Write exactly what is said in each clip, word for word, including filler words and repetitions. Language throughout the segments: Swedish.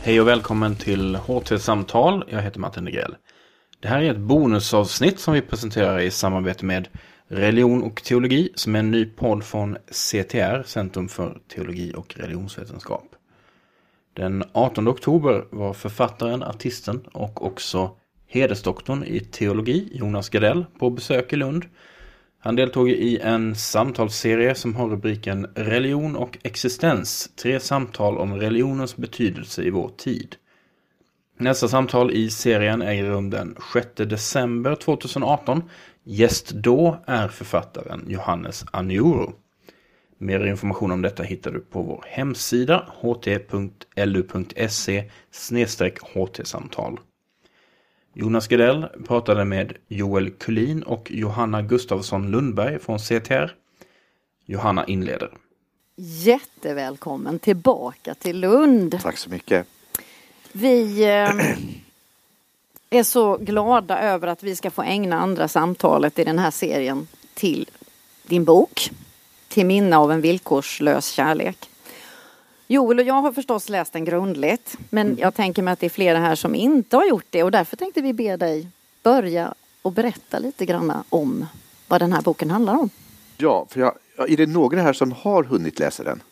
Hej och välkommen till H T-samtal. Jag heter Martin Negrell. Det här är ett bonusavsnitt som vi presenterar i samarbete med Religion och teologi, som är en ny podd från C T R, Centrum för teologi och religionsvetenskap. Den artonde oktober var författaren, artisten och också hedersdoktorn i teologi, Jonas Gardell, på besök i Lund. Han deltog i en samtalsserie som har rubriken Religion och existens. Tre samtal om religionens betydelse i vår tid. Nästa samtal i serien äger rum den sjätte december tjugoarton. Gäst då är författaren Johannes Anioro. Mer information om detta hittar du på vår hemsida h t punkt l u punkt se slash h t samtal. Jonas Gardell pratade med Joel Kullin och Johanna Gustafsson Lundberg från C T R. Johanna inleder. Jättevälkommen tillbaka till Lund. Tack så mycket. Vi eh, är så glada över att vi ska få ägna andra samtalet i den här serien till din bok, Till minne av en villkorslös kärlek. Joel och jag har förstås läst den grundligt, men mm. jag tänker mig att det är flera här som inte har gjort det, och därför tänkte vi be dig börja och berätta lite grann om vad den här boken handlar om. Ja, för jag, är det några här som har hunnit läsa den?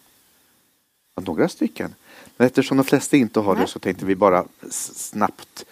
Några stycken. Men eftersom de flesta inte har Nej. det så tänkte vi bara snabbt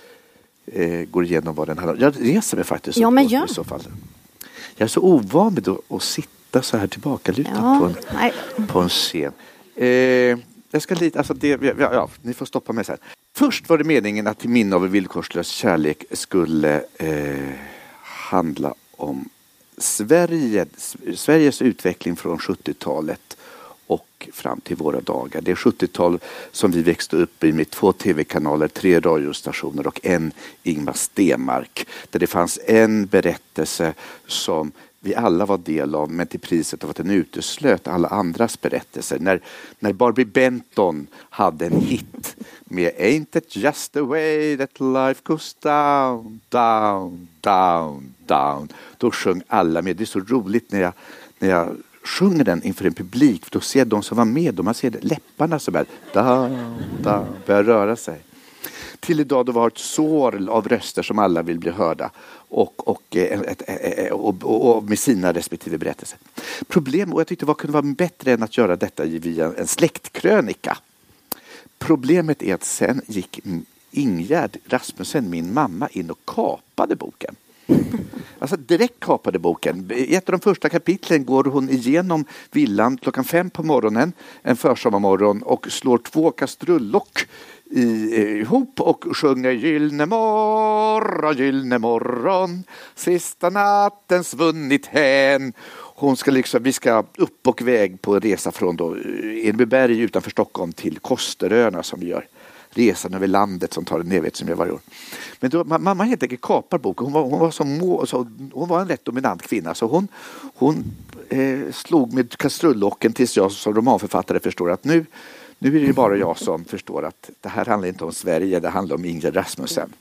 eh, gå igenom vad den handlar om. Jag reser mig faktiskt ja, men på, ja. i så fall. Jag är så ovan med att, att sitta så här tillbaka lutad ja, på, en, nej. på en scen. Eh, jag ska lite, alltså det, ja, ja, ni får stoppa mig så här. Först var det meningen att Till minne av en villkorslös kärlek skulle eh, handla om Sverige, Sveriges utveckling från sjuttiotalet och fram till våra dagar. Det är sjuttiotal som vi växte upp i med två tv-kanaler, tre radiostationer och en Ingmar Stenmark. Där det fanns en berättelse som vi alla var del av, men till priset av att den uteslöt alla andras berättelser. När, när Barbie Benton hade en hit med Ain't it just the way that life goes down, down, down, down. Då sjöng alla med. Det är så roligt när jag, när jag sjunger den inför en publik. För då ser de som var med, då man ser läpparna som är down, down, börjar röra sig. Till idag då var ett sorl av röster som alla vill bli hörda och, och, och, och, och med sina respektive berättelser. Problem, och jag tyckte vad kunde vara bättre än att göra detta via en släktkrönika. Problemet är att sen gick Ingegärd Rasmussen, min mamma, in och kapade boken. Alltså direkt kapade boken. I ett av de första kapitlen går hon igenom villan klockan fem på morgonen, en försommarmorgon, och slår två kastrullock i, ihop och sjunger gyllne morgon, gyllne morgon, sista natten svunnit hän. Hon ska liksom, vi ska upp och väg på en resa från då Enebyberg utanför Stockholm till Kosteröarna som vi gör. Resan över landet som tar en evighet som jag varje år. Men då, mamma helt enkelt kapar boken. Hon var, hon var, som må, så, hon var en rätt dominant kvinna. Så hon, hon eh, slog med kastrullocken tills jag som romanförfattare förstår att nu, nu är det bara jag som förstår att det här handlar inte om Sverige, det handlar om Ingegärd Rasmussen.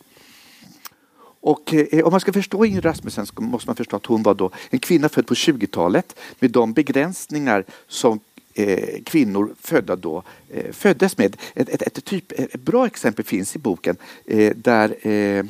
Och eh, om man ska förstå Ingegärd Rasmussen så måste man förstå att hon var då en kvinna född på tjugotalet med de begränsningar som Eh, kvinnor födda då eh, föddes med. Ett, ett, ett, typ, ett bra exempel finns i boken eh, där eh,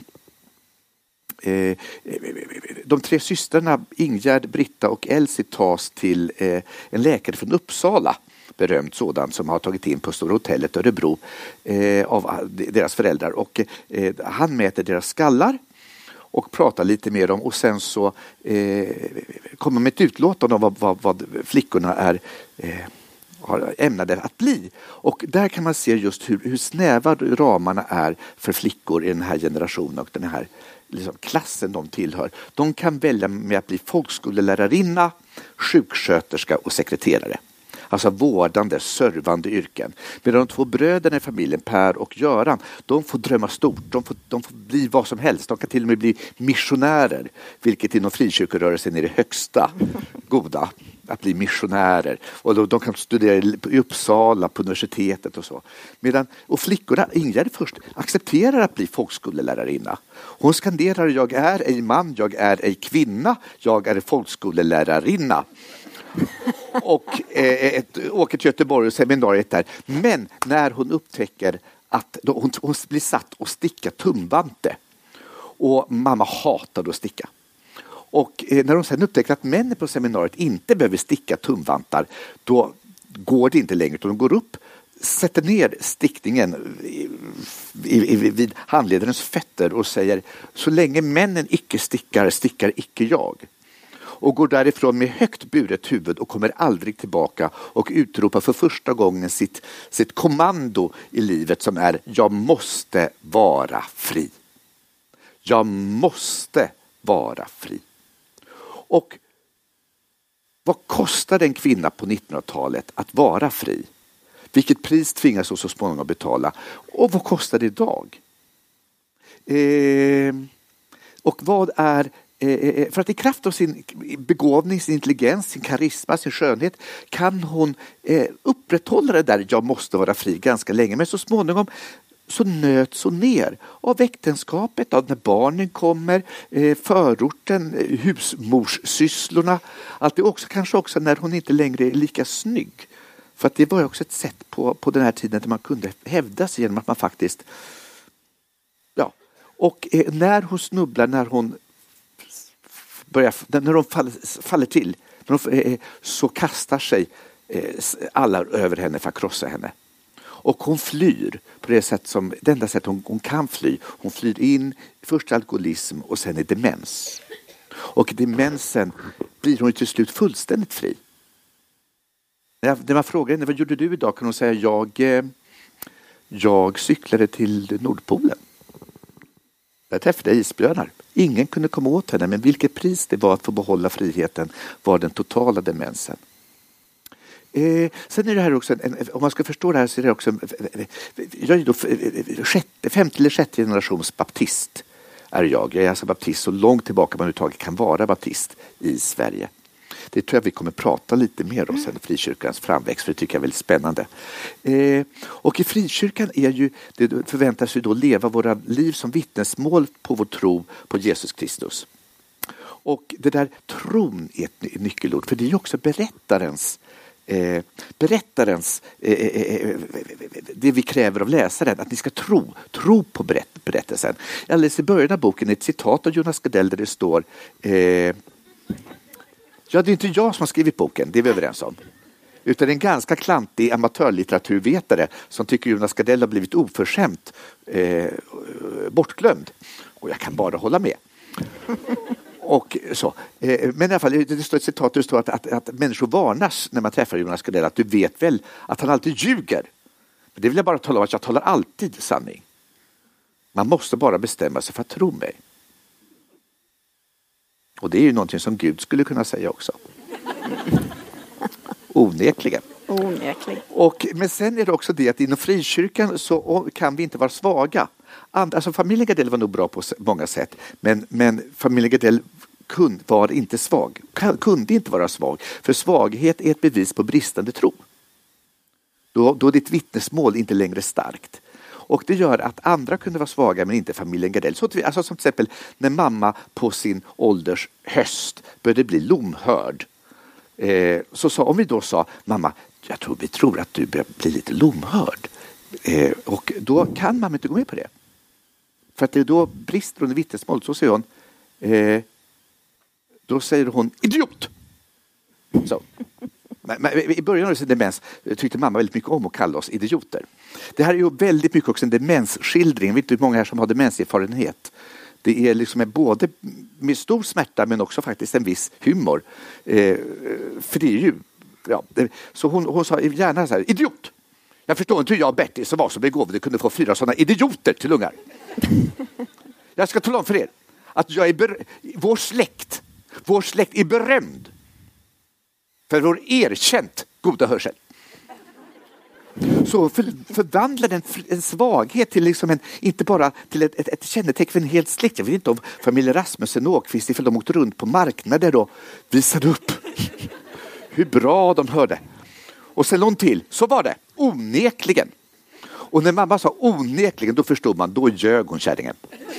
eh, de tre systrarna Ingegärd, Britta och Elsie tas till eh, en läkare från Uppsala, berömd sådan, som har tagit in på Stora hotellet Örebro eh, av deras föräldrar, och eh, han mäter deras skallar och pratar lite med dem, och sen så eh, kommer med ett utlåtande om vad, vad, vad flickorna är eh, har ämnade att bli. Och där kan man se just hur, hur snäva ramarna är för flickor i den här generationen och den här liksom, klassen de tillhör. De kan välja med att bli folkskolelärarinna, sjuksköterska och sekreterare. Alltså vårdande, servande yrken. Medan de två bröderna i familjen, Per och Göran, de får drömma stort. De får, de får bli vad som helst. De kan till och med bli missionärer, vilket inom frikyrkorörelsen är det högsta goda, att bli missionärer. Och de, de kan studera i Uppsala på universitetet och så. Medan, och flickorna, Ingegärd först, accepterar att bli folkskolelärarinna. Hon skanderar: jag är ej man, jag är ej kvinna, jag är folkskolelärarinna. Och eh, ett, åker till Göteborg och seminariet där. Men när hon upptäcker att då hon, hon blir satt och sticka tumvante. Och mamma hatade att sticka. Och eh, när de sen upptäcker att männen på seminariet inte behöver sticka tumvantar, då går det inte längre. Utan de går upp, sätter ner stickningen i, i, i, vid handledarens fötter och säger: så länge männen icke stickar, stickar icke jag. Och går därifrån med högt buret huvud och kommer aldrig tillbaka och utropar för första gången sitt, sitt kommando i livet, som är: jag måste vara fri. Jag måste vara fri. Och vad kostar en kvinna på nittonhundratalet att vara fri? Vilket pris tvingas hon så småningom betala? Och vad kostar det idag? Eh, och vad är... Eh, för att i kraft av sin begåvning, sin intelligens, sin karisma, sin skönhet kan hon eh, upprätthålla det där jag måste vara fri ganska länge. Men så småningom så nöts hon ner av äktenskapet, av när barnen kommer, eh, förorten, husmorssysslorna. Allt det också, kanske också när hon inte längre är lika snygg. För att det var också ett sätt på, på den här tiden där man kunde hävda sig genom att man faktiskt... Ja. Och eh, när hon snubblar, när hon börjar, när de faller, faller till, när de, eh, så kastar sig eh, alla över henne för att krossa henne. Och hon flyr på det sätt som, det enda sätt hon, hon kan fly. Hon flyr in först i alkoholism och sen i demens. Och i demensen blir hon till slut fullständigt fri. När man frågar henne: vad gjorde du idag? Kan hon säga: jag, eh, jag cyklade till Nordpolen. Jag träffade isbjörnar. Ingen kunde komma åt henne, men vilket pris det var att få behålla friheten var den totala demensen. Eh, sen är det här också, en, en, om man ska förstå det här, så är det också, jag är då sjätte, femte eller sjätte generations baptist är jag. Jag är alltså baptist så långt tillbaka man överhuvudtaget kan vara baptist i Sverige. Det tror jag vi kommer prata lite mer om sen, frikyrkans framväxt, för det tycker jag är väldigt spännande. Eh, och i frikyrkan är ju, det förväntas ju då leva våra liv som vittnesmål på vår tro på Jesus Kristus. Och det där tron är ett nyckelord, för det är ju också berättarens Eh, berättarens eh, eh, det vi kräver av läsaren, att ni ska tro tro på berätt, berättelsen. Alldeles i början av boken är ett citat av Jonas Gardell där det står eh, ja, det är inte jag som har skrivit boken, det är vi överens om, utan en ganska klantig amatörlitteraturvetare som tycker Jonas Gardell har blivit oförskämt eh, bortglömd, och jag kan bara hålla med. Och så. Men i alla fall, det står ett citat där det står att, att, att människor varnas när man träffar Jonas Gardell, att du vet väl att han alltid ljuger. Men det vill jag bara tala om, att jag talar alltid sanning. Man måste bara bestämma sig för att tro mig. Och det är ju någonting som Gud skulle kunna säga också. Onekligen. Onekligen. Och, men sen är det också det att inom frikyrkan så kan vi inte vara svaga. And, alltså familjen Gardell var nog bra på många sätt, men, men familjen Gardell kunde, var inte svag. Kunde inte vara svag. För svaghet är ett bevis på bristande tro. Då, då är ditt vittnesmål inte längre starkt. Och det gör att andra kunde vara svaga, men inte familjen Gardell. Så att vi, alltså som till exempel när mamma på sin ålders höst började bli lomhörd. Eh, så sa, om vi då sa: mamma, jag tror vi tror att du börjar bli lite lomhörd. Eh, och då kan mamma inte gå med på det. För att det då brister hon i vittnesmål. Så säger hon, eh, då säger hon idiot. Så. Men, men, i början av sin demens tyckte mamma väldigt mycket om att kalla oss idioter. Det här är ju väldigt mycket också en demensskildring. Jag vet inte hur många här som har demenserfarenhet. Det är liksom både med stor smärta men också faktiskt en viss humor. Eh, för det är ju... Ja, det, så hon, hon sa gärna så här: idiot! Jag förstår inte hur jag och Bertil som var så begåvade kunde få fyra sådana idioter till ungar. Jag ska tala om för er att jag är ber- vår släkt, vår släkt är berömd för vår erkänt goda hörsel. Så för, förvandlar den en svaghet till liksom en, inte bara till ett, ett, ett kännetecken för en hel släkt. Jag vet inte om familjen Rasmussen och Åkvist, ifall de åkte runt på marknader och visade upp hur bra de hörde. Och sen någon till, så var det onekligen. Och när mamma sa onekligen, då förstod man, då ljög hon kärringen.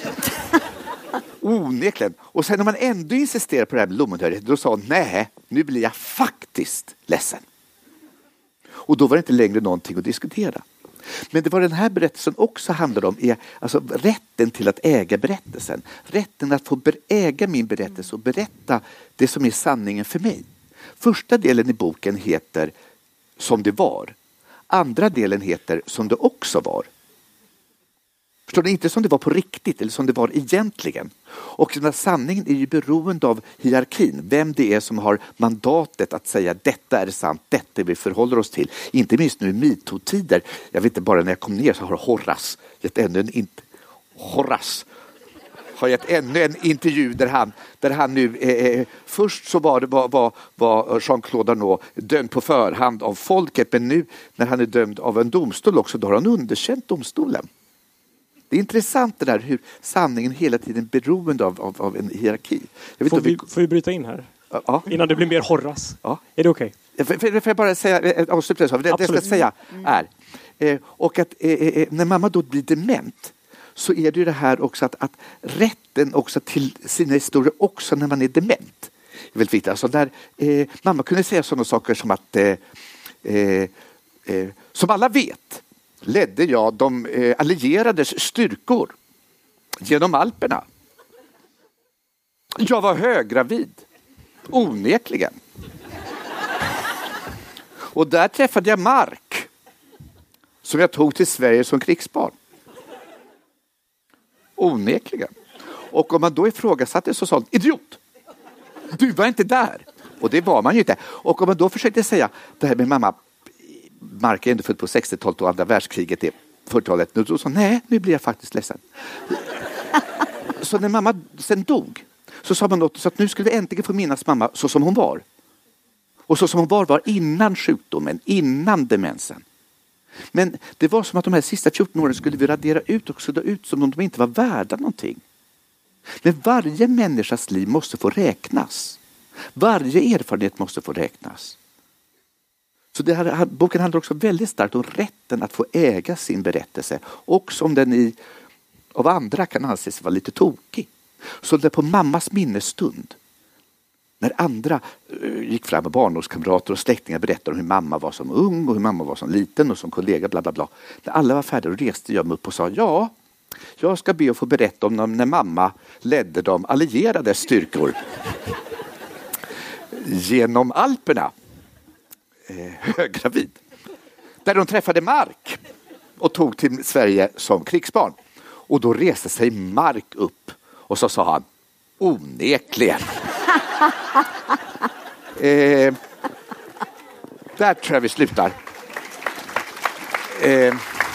Onekligen. Och sen när man ändå insisterar på det här med lommenhörighet, då sa hon, nej, nu blir jag faktiskt ledsen. Och då var det inte längre någonting att diskutera. Men det var den här berättelsen också handlar om är alltså rätten till att äga berättelsen. Rätten att få äga min berättelse och berätta det som är sanningen för mig. Första delen i boken heter Som det var. Andra delen heter Som det också var. Förstår ni? Inte som det var på riktigt eller som det var egentligen. Och den här sanningen är ju beroende av hierarkin. Vem det är som har mandatet att säga detta är sant, detta vi förhåller oss till. Inte minst nu i MeToo-tider. Jag vet inte, bara när jag kom ner så har Horace gett ännu en, int- Horace har gett ännu en intervju där han, där han nu, eh, först så var, det, var, var, var Jean-Claude Arnault dömd på förhand av folket, men nu när han är dömd av en domstol också, då har han underkänt domstolen. Det är intressant det där hur sanningen hela tiden är beroende av, av, av en hierarki. Jag vet får, vi, vi... får vi bryta in här? Ja. Innan det blir mer Horace. Ja. Är det okej? Okay? Får jag bara säga, avsluta det, det jag ska säga är, eh, och att eh, eh, när mamma då blir dement så är det ju det här också att, att rätten också till sina historier också när man är dement. Det är väldigt viktigt. Alltså där, eh, mamma kunde säga sådana saker som att eh, eh, eh, som alla vet ledde jag de eh, allierades styrkor genom Alperna. Jag var höggravid. Onekligen. Och där träffade jag Mark som jag tog till Sverige som krigsbarn. Onekligen. Och om man då ifrågasatte så sa han, idiot! Du var inte där. Och det var man ju inte. Och om man då försökte säga, det här med mamma, Mark är ändå född på sextiotalet och andra världskriget är fyrtiotalet. Då sa nej, nu blir jag faktiskt ledsen. Så när mamma sen dog så sa man något så att nu skulle vi äntligen få minnas mamma så som hon var. Och så som hon var var innan sjukdomen, innan demensen. Men det var som att de här sista fjorton åren skulle vi radera ut och sudda ut som om de inte var värda någonting. Men varje människas liv måste få räknas. Varje erfarenhet måste få räknas. Så det här, boken handlar också väldigt starkt om rätten att få äga sin berättelse. Också om den i, av andra kan anses vara lite tokig. Så det på mammas minnesstund. När andra uh, gick fram med barndomskamrater och släktingar berättade om hur mamma var som ung och hur mamma var som liten och som kollega bla bla bla. När alla var färdiga och reste jag mig upp och sa ja, jag ska be att få berätta om dem när mamma ledde de allierade styrkor genom Alperna. Eh, höggravid. Där de träffade Mark och tog till Sverige som krigsbarn. Och då reste sig Mark upp och så sa han onekligen. eh, där tror jag vi slutar. Eh.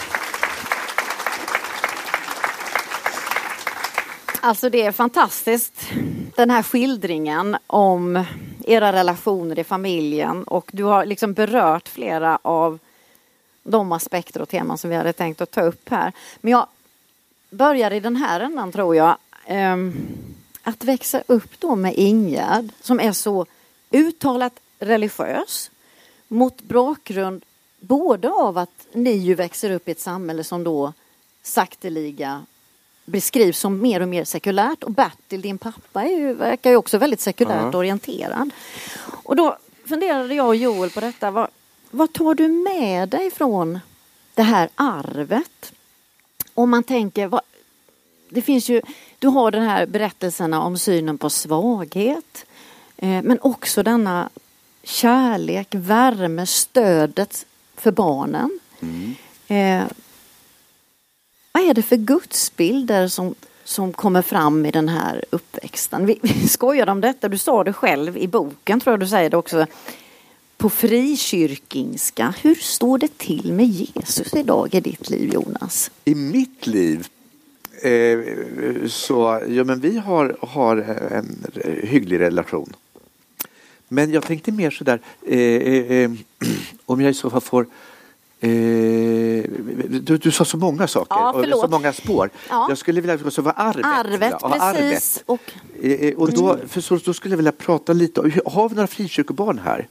Alltså det är fantastiskt, den här skildringen om era relationer i familjen, och du har liksom berört flera av de aspekter och teman som vi hade tänkt att ta upp här. Men jag börjar i den här ändan, tror jag. Um, att växa upp då med Ingegärd som är så uttalat religiös mot bakgrund både av att ni ju växer upp i ett samhälle som då sakteliga beskrivs som mer och mer sekulärt, och Bertil, din pappa, är ju, verkar ju också väldigt sekulärt uh-huh. orienterad. Och då funderade jag och Joel på detta. Vad, vad tar du med dig från det här arvet? Om man tänker, vad, det finns ju, du har den här berättelserna om synen på svaghet, eh, men också denna kärlek, värme, stödet för barnen. Mm. Eh, vad är det för gudsbilder som, som kommer fram i den här uppväxten? Vi, vi skojar om detta, du sa det själv i boken, tror jag du säger det också, på frikyrkingska. Hur står det till med Jesus idag i ditt liv, Jonas? I mitt liv eh, så, ja men vi har, har en hygglig relation. Men jag tänkte mer sådär, eh, eh, om jag i så fall får Eh, du, du sa så många saker ja, och så många spår. Ja. Jag skulle vilja så var arvet. Arvet, ja, precis. Arvet. Och, eh, och då, för så, då skulle jag vilja prata lite. Har vi några frikyrkobarn här?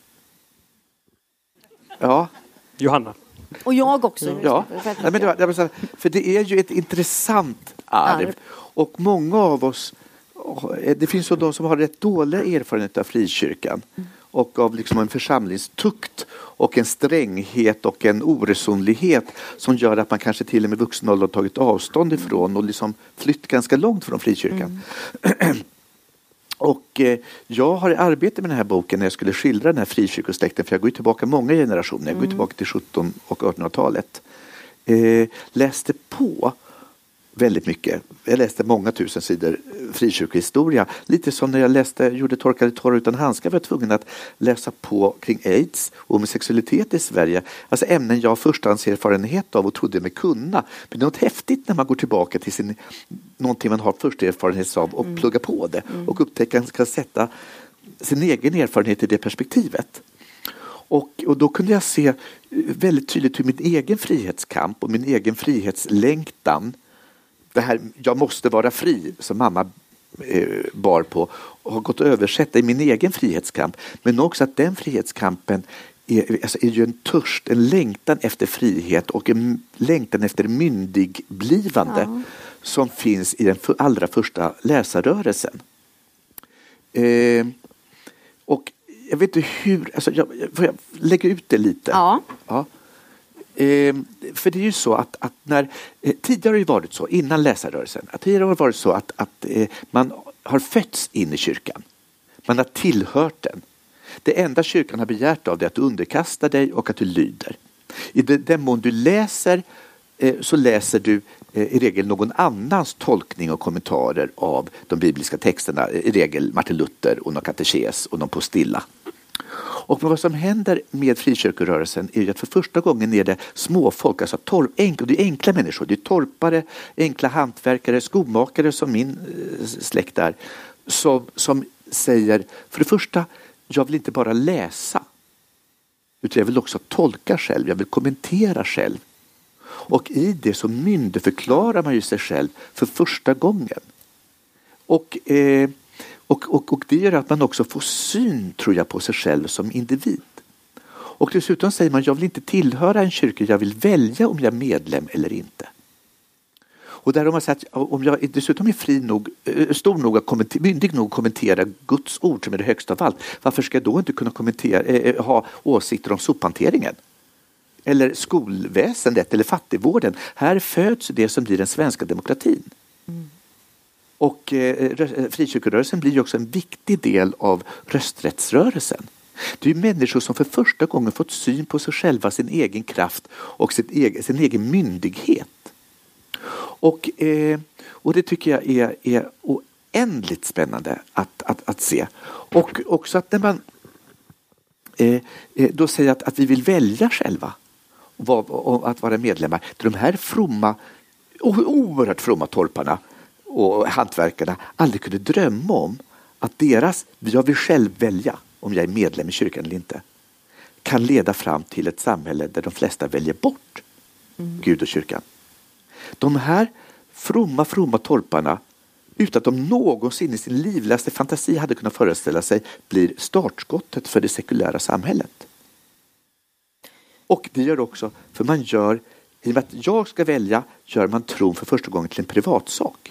Ja. Johanna. Och jag också. Ja. Nej, men det var, för det är ju ett intressant arv. arv. Och många av oss, det finns ju de som har rätt dåliga erfarenheter av frikyrkan. Mm. och av liksom en församlingstukt och en stränghet och en oresonlighet som gör att man kanske till och med vuxen ålder har tagit avstånd ifrån och liksom flytt ganska långt från frikyrkan. Mm. Och eh, jag har arbetat med den här boken när jag skulle skildra den här frikyrkosläkten, för jag går ju tillbaka många generationer, jag går mm. tillbaka till sjutton- och artonhundratalet. Eh, läste på väldigt mycket. Jag läste många tusen sidor frikyrkohistoria. Lite som när jag läste, gjorde Torkade torr utan handskar, var jag tvungen att läsa på kring aids och homosexualitet i Sverige. Alltså ämnen jag förstahandserfarenhet av och trodde mig kunna. Men det är något häftigt när man går tillbaka till sin, någonting man har första erfarenhet av och mm. plugga på det. Mm. Och upptäcka att man ska sätta sin egen erfarenhet i det perspektivet. Och, och då kunde jag se väldigt tydligt hur min egen frihetskamp och min egen frihetslängtan, det här, jag måste vara fri, som mamma eh, bar på, har gått att översätta i min egen frihetskamp. Men också att den frihetskampen är, alltså, är ju en törst, en längtan efter frihet och en längtan efter myndigblivande ja. Som finns i den för, allra första läsarrörelsen. Eh, och jag vet inte hur, alltså, jag, får jag lägga ut det lite? Ja. Ja. Eh, för det är ju så att, att när eh, tidigare har det varit så innan läsarrörelsen, att tidigare har det varit så att, att eh, man har fötts in i kyrkan, man har tillhört den. Det enda kyrkan har begärt av dig är att du underkastar dig och att du lyder. I den mån du läser eh, så läser du eh, i regel någon annans tolkning och kommentarer av de bibliska texterna, i regel Martin Luther och någon katekes och någon postilla. Och vad som händer med frikyrkorörelsen är ju att för första gången är det småfolk, alltså torp, enkla, det är enkla människor, det är torpare, enkla hantverkare, skomakare som min släkt är, som, som säger, för det första, jag vill inte bara läsa, utan jag vill också tolka själv, jag vill kommentera själv. Och i det så myndigförklarar man ju sig själv för första gången. Och eh, Och, och, och det gör att man också får syn, tror jag, på sig själv som individ. Och dessutom säger man, jag vill inte tillhöra en kyrka, jag vill välja om jag är medlem eller inte. Och där har man sagt, om jag dessutom är fri nog, stor nog att kommentera, myndig nog att kommentera Guds ord som är det högsta av allt, varför ska jag då inte kunna kommentera, äh, ha åsikter om sophanteringen? Eller skolväsendet eller fattigvården? Här föds det som blir den svenska demokratin. Mm. Och eh, frikyrkorörelsen blir ju också en viktig del av rösträttsrörelsen. Det är ju människor som för första gången fått syn på sig själva, sin egen kraft och sin egen, sin egen myndighet. Och, eh, och det tycker jag är, är oändligt spännande att, att, att se. Och också att när man eh, då säger att, att vi vill välja själva vad, och att vara medlemmar, de här fromma, oerhört fromma torparna och hantverkarna aldrig kunde drömma om att deras, jag vill själv välja om jag är medlem i kyrkan eller inte, kan leda fram till ett samhälle där de flesta väljer bort mm. Gud och kyrkan. De här fromma, fromma torparna, utan att de någonsin i sin livligaste fantasi hade kunnat föreställa sig, blir startskottet för det sekulära samhället. Och det gör också, för man gör, i och med att jag ska välja, gör man tron för första gången till en privatsak.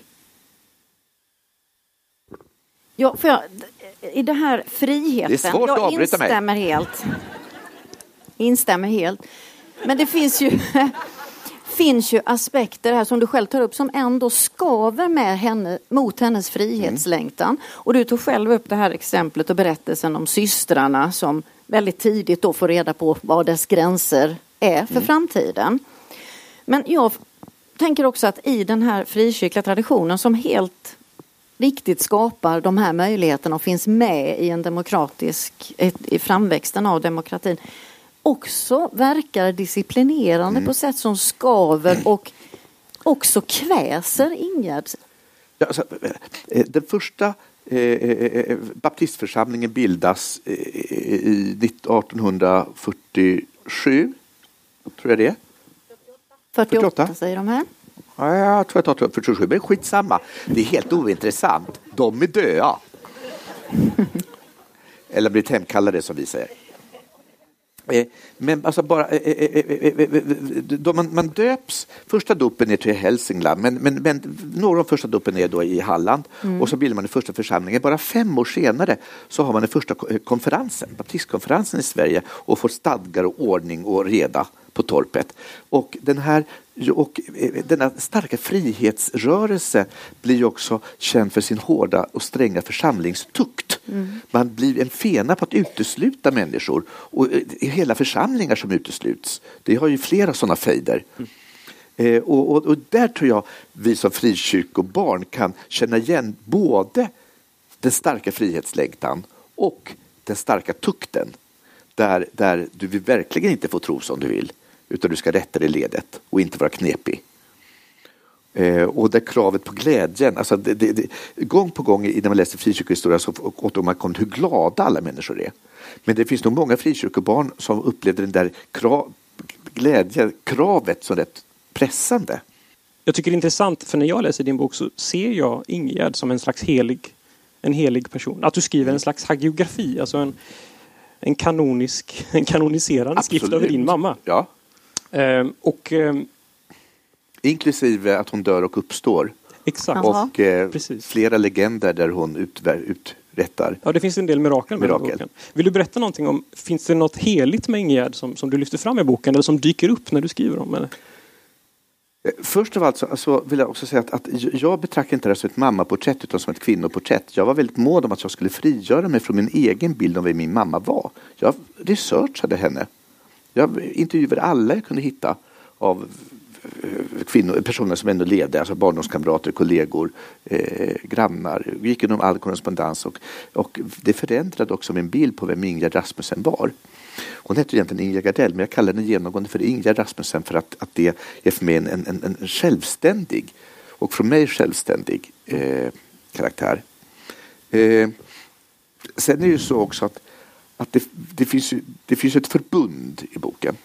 Ja, för jag, i det här friheten, det är svårt att jag avbryta instämmer mig. helt. Instämmer helt. Men det finns ju finns ju aspekter här som du själv tar upp som ändå skaver med henne, mot hennes frihetslängtan. Mm. Och du tog själv upp det här exemplet och berättelsen om systrarna som väldigt tidigt då får reda på vad dess gränser är för mm. framtiden. Men jag tänker också att i den här frikyrkliga traditionen som helt riktigt skapar de här möjligheterna och finns med i en demokratisk, i framväxten av demokratin, också verkar disciplinerande mm. på sätt som skaver och också kväser Ingegärd. Ja, alltså, den första eh, baptistförsamlingen bildas eh, i arton fyrtiosju, tror jag det är. fyrtioåtta, fyrtioåtta säger de här. Ja, jag tror att det är fyrtiosju, men skitsamma. Det är helt ointressant. De är döda. Eller blivit hemkallade, som vi säger. Eh, men alltså bara eh, eh, eh, eh, då man, man döps, första dopen är till Hälsingland, men, men, men några av första dopen är då i Halland mm. och så bildar man den första församlingen. Bara fem år senare så har man den första konferensen, baptistkonferensen i Sverige, och får stadgar och ordning och reda på torpet. Och den här och denna starka frihetsrörelse blir också känd för sin hårda och stränga församlingstukt. Mm. Man blir en fena på att utesluta människor, och hela församlingar som utesluts. Det har ju flera sådana fejder. Mm. Eh, och, och, och där tror jag vi som frikyrkobarn kan känna igen både den starka frihetslängtan och den starka tukten. Där, där du verkligen inte får tro som du vill, utan du ska rätta dig i ledet och inte vara knepig. Eh, och där kravet på glädjen, alltså det, det, det, gång på gång när man läser frikyrkohistoria så åt man kommer hur glada alla människor är. Men det finns nog många frikyrkobarn som upplevde den där krav, glädje, kravet som rätt pressande. Jag tycker det är intressant, för när jag läser din bok så ser jag Ingegärd som en slags helig, en helig person. Att du skriver en slags hagiografi, alltså en, en kanonisk, en kanoniserande Absolut. Skrift över din mamma. Ja. Ehm, och ehm, inklusive att hon dör och uppstår. Exakt. Och eh, flera legender där hon utver, uträttar. Ja, det finns en del mirakel med mirakel. boken. Vill du berätta någonting om, finns det något heligt med Ingegärd som, som du lyfter fram i boken, eller som dyker upp när du skriver om henne? Först av allt så alltså, vill jag också säga att, att jag betraktar inte det som ett mammaporträtt utan som ett kvinnoporträtt. Jag var väldigt mån om att jag skulle frigöra mig från min egen bild om vem min mamma var. Jag researchade henne. Jag intervjuade alla jag kunde hitta av kvinnor, personer som ändå levde, alltså barndomskamrater, kollegor, eh, grannar. Vi gick igenom all korrespondens och, och det förändrade också min bild på vem Ingegärd Rasmussen var. Hon heter egentligen Ingegärd Gardell, men jag kallar henne genomgående för Ingegärd Rasmussen för att, att det är för mig en, en, en självständig och för mig självständig eh, karaktär. Eh, sen är det ju så också att, att det, det, finns ju, det finns ett förbund i boken.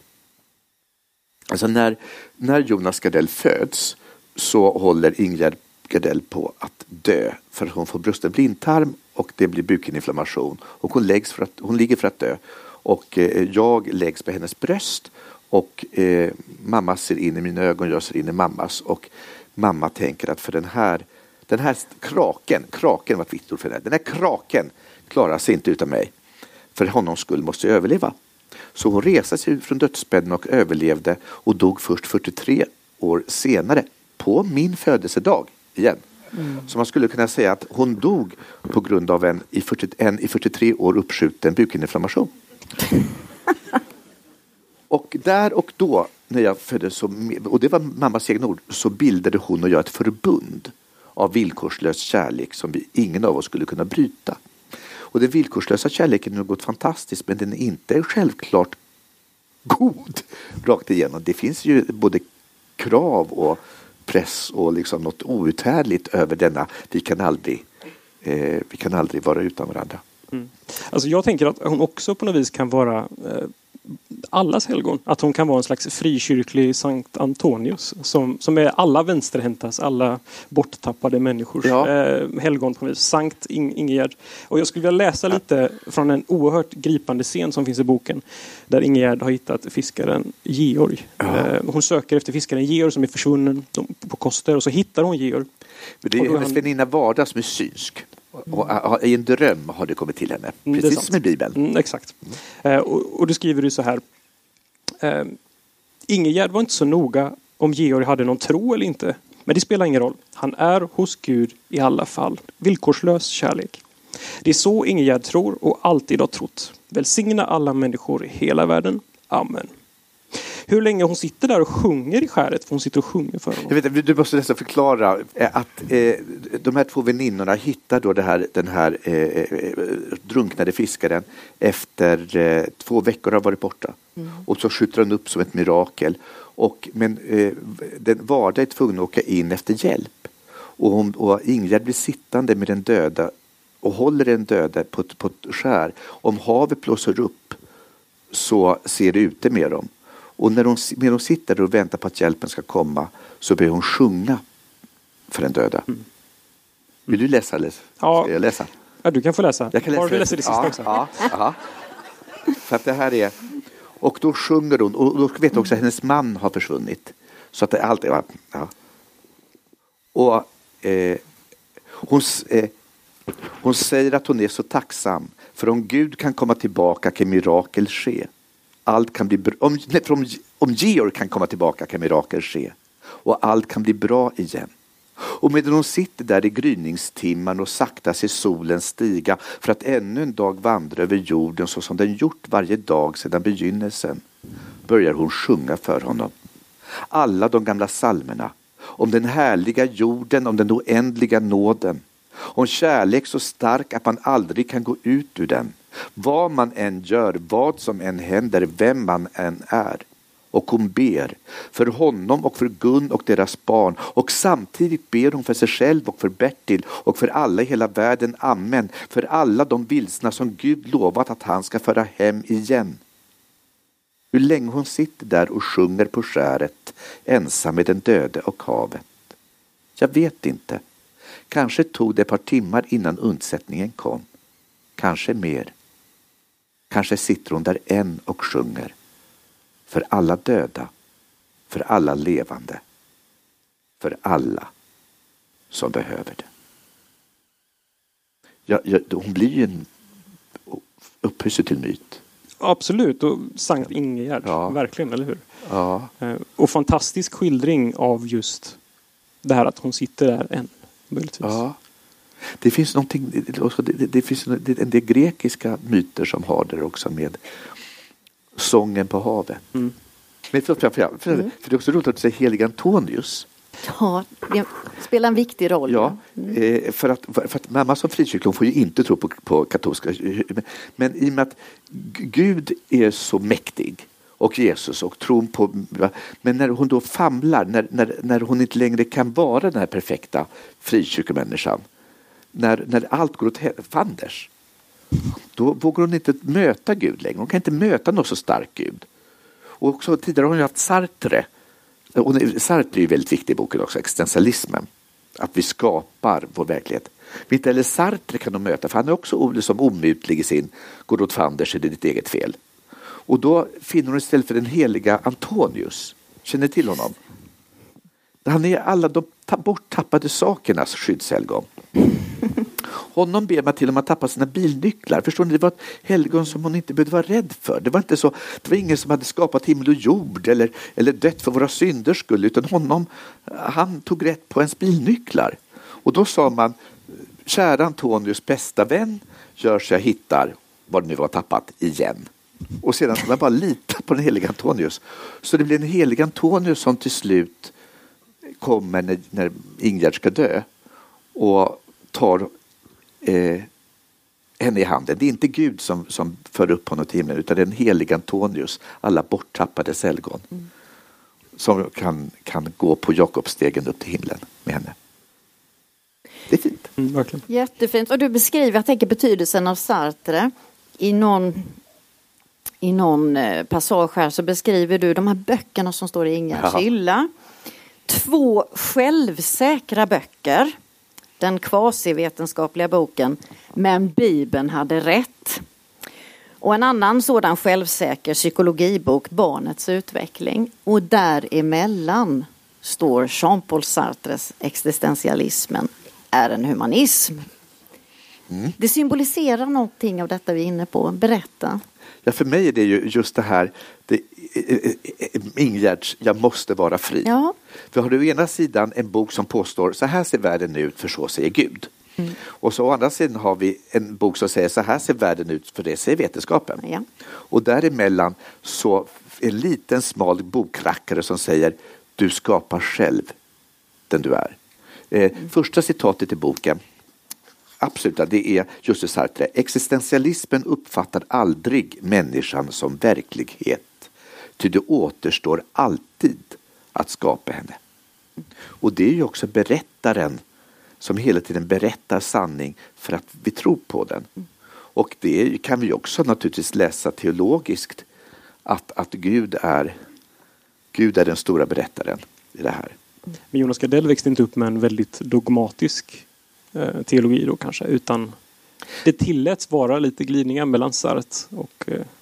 Alltså när, när Jonas Gardell föds så håller Ingegärd Gardell på att dö för att hon får brusten blindtarm och det blir bukinflammation och hon, läggs för att, hon ligger för att dö och eh, jag läggs på hennes bröst och eh, mamma ser in i mina ögon, jag ser in i mammas och mamma tänker att för den här den här kraken, kraken var ett viktigt ord för den här, den här kraken klarar sig inte utan mig, för honom skull måste jag överleva. Så hon reste sig från dödsbädden och överlevde och dog först fyrtiotre år senare på min födelsedag igen. Mm. Så man skulle kunna säga att hon dog på grund av en i, fyrtio, en i fyrtiotre år uppskjuten bukinflammation. Och där och då när jag föddes, så, och det var mammas egen ord, så bildade hon och jag ett förbund av villkorslös kärlek som vi, ingen av oss skulle kunna bryta. Och den villkorslösa kärleken har gått fantastiskt, men den är inte självklart god rakt igenom. Det finns ju både krav och press och liksom något outhärdligt över denna. Vi kan aldrig, eh, vi kan aldrig vara utan varandra. Mm. Alltså jag tänker att hon också på något vis kan vara eh, allas helgon. Att hon kan vara en slags frikyrklig Sankt Antonius som, som är alla vänsterhäntas, alla borttappade människors ja. eh, helgon på något vis. Sankt Ingegärd. Och jag skulle vilja läsa lite från en oerhört gripande scen som finns i boken där Ingegärd har hittat fiskaren Georg. Ja. Eh, hon söker efter fiskaren Georg som är försvunnen på Koster och så hittar hon Georg. Men det är hennes han... väninna Varda som är synsk. Och i en dröm har det kommit till henne. Precis som i Bibeln. Mm, exakt. Mm. Eh, och, och då skriver du så här. Eh, Ingegärd var inte så noga om Georg hade någon tro eller inte. Men det spelar ingen roll. Han är hos Gud i alla fall. Villkorslös kärlek. Det är så Ingegärd tror och alltid har trott. Välsigna alla människor i hela världen. Amen. Hur länge hon sitter där och sjunger i skäret, för hon sitter och sjunger för honom. Jag vet, du måste nästan förklara att eh, de här två väninnorna hittar då det här, den här eh, drunknade fiskaren efter eh, två veckor har varit borta. Mm. Och så skjuter han upp som ett mirakel. Och, men eh, den Varda är tvungen att åka in efter hjälp. Och, hon, och Ingegärd blir sittande med den döda och håller den döda på ett, på ett skär. Om havet blåser upp så ser det ute med dem. Och när hon, när hon sitter och väntar på att hjälpen ska komma så börjar hon sjunga för den döda. Mm. Vill du läsa eller ja. ska jag läsa? Ja, du kan få läsa. Jag kan läsa. Har du läser det sista ja, också? Ja, för att det här är... Och då sjunger hon, och då vet jag också att hennes man har försvunnit. Så att det allt är... Ja. Och eh, hon, eh, hon säger att hon är så tacksam. För om Gud kan komma tillbaka kan mirakel ske. Allt kan bli bra. Om, nej, för om, om Georg kan komma tillbaka kan mirakel ske. Och allt kan bli bra igen. Och medan hon sitter där i gryningstimman och sakta ser solen stiga för att ännu en dag vandra över jorden så som den gjort varje dag sedan begynnelsen, börjar hon sjunga för honom. Alla de gamla psalmerna om den härliga jorden, om den oändliga nåden, om kärlek så stark att man aldrig kan gå ut ur den. Vad man än gör, vad som än händer, vem man än är. Och hon ber för honom och för Gun och deras barn. Och samtidigt ber hon för sig själv och för Bertil och för alla i hela världen. Amen. För alla de vilsna som Gud lovat att han ska föra hem igen. Hur länge hon sitter där och sjunger på skäret, ensam med den döde och havet. Jag vet inte. Kanske tog det ett par timmar innan undsättningen kom. Kanske mer. Kanske sitter hon där än och sjunger. För alla döda, för alla levande, för alla som behöver det. Ja, ja, hon blir ju en upphöjelse till myt. Absolut, och Sankt Ingegärd, ja. Verkligen, eller hur? Ja. Och fantastisk skildring av just det här att hon sitter där än, möjligtvis. Ja. Det finns någonting, det, det, det finns en del grekiska myter som har det också med sången på havet. Mm. Men för, för, för, för, mm. för det är också roligt att säga helig Antonius. Ja, det spelar en viktig roll. Ja, mm. eh, för, att, för att mamma som frikyrklig får ju inte tro på, på katolska. Men, men i och med att Gud är så mäktig och Jesus och tron på... Men när hon då famlar, när, när, när hon inte längre kan vara den här perfekta frikyrkomänniskan, när, när allt går åt fanders, då vågar hon inte möta Gud längre. Hon kan inte möta någon så stark Gud. Och också tidigare har hon ju haft Sartre. Och Sartre är ju väldigt viktig i boken också, existentialismen. Att vi skapar vår verklighet. Men inte heller Sartre kan de möta, för han är också som omutlig i sin går åt fanders, är det ditt eget fel. Och då finner hon istället för den heliga Antonius. Känner till honom? Han är alla de borttappade sakernas skyddshelgon. Honom ber man till om att tappa sina bilnycklar. Förstår ni? Det var ett helgon som hon inte behövde vara rädd för. Det var inte så, det var ingen som hade skapat himmel och jord eller, eller dött för våra synders skull, utan honom, han tog rätt på ens bilnycklar. Och då sa man, kära Antonius bästa vän, gör så jag hittar vad det nu var tappat igen. Och sedan ska man bara lita på den heliga Antonius. Så det blir en helig Antonius som till slut kommer när, när Ingegärd ska dö och tar eh, henne i handen. Det är inte Gud som, som för upp honom till himlen, utan det är en helig Antonius, alla borttappade helgon, mm. som kan, kan gå på Jakobsstegen upp till himlen med henne. Det är fint. Mm, verkligen. Jättefint. Och du beskriver, jag tänker, betydelsen av Sartre i någon i någon passage här, så beskriver du de här böckerna som står i Ingegärds hylla. Två självsäkra böcker. Den kvasivetenskapliga boken Men Bibeln hade rätt. Och en annan sådan självsäker psykologibok, Barnets utveckling. Och däremellan står Jean-Paul Sartres Existentialismen är en humanism. Mm. Det symboliserar någonting av detta vi är inne på. Berätta. Ja, för mig är det ju just det här, det, Ingegärds, jag måste vara fri. Ja. För har du å ena sidan en bok som påstår, så här ser världen ut, för så säger Gud. Mm. Och så å andra sidan har vi en bok som säger, så här ser världen ut, för det säger vetenskapen. Ja. Och däremellan så en liten smal bokrackare som säger, du skapar själv den du är. Eh, mm. Första citatet i boken, absolut, det är just det Sartre. Existentialismen uppfattar aldrig människan som verklighet. Ty det återstår alltid att skapa henne. Och det är ju också berättaren som hela tiden berättar sanning för att vi tror på den. Och det kan vi också naturligtvis läsa teologiskt, att, att Gud är Gud är den stora berättaren i det här. Men Jonas Gardell växte inte upp med en väldigt dogmatisk teologi då kanske, utan det tilläts vara lite glidningar mellan Sartre och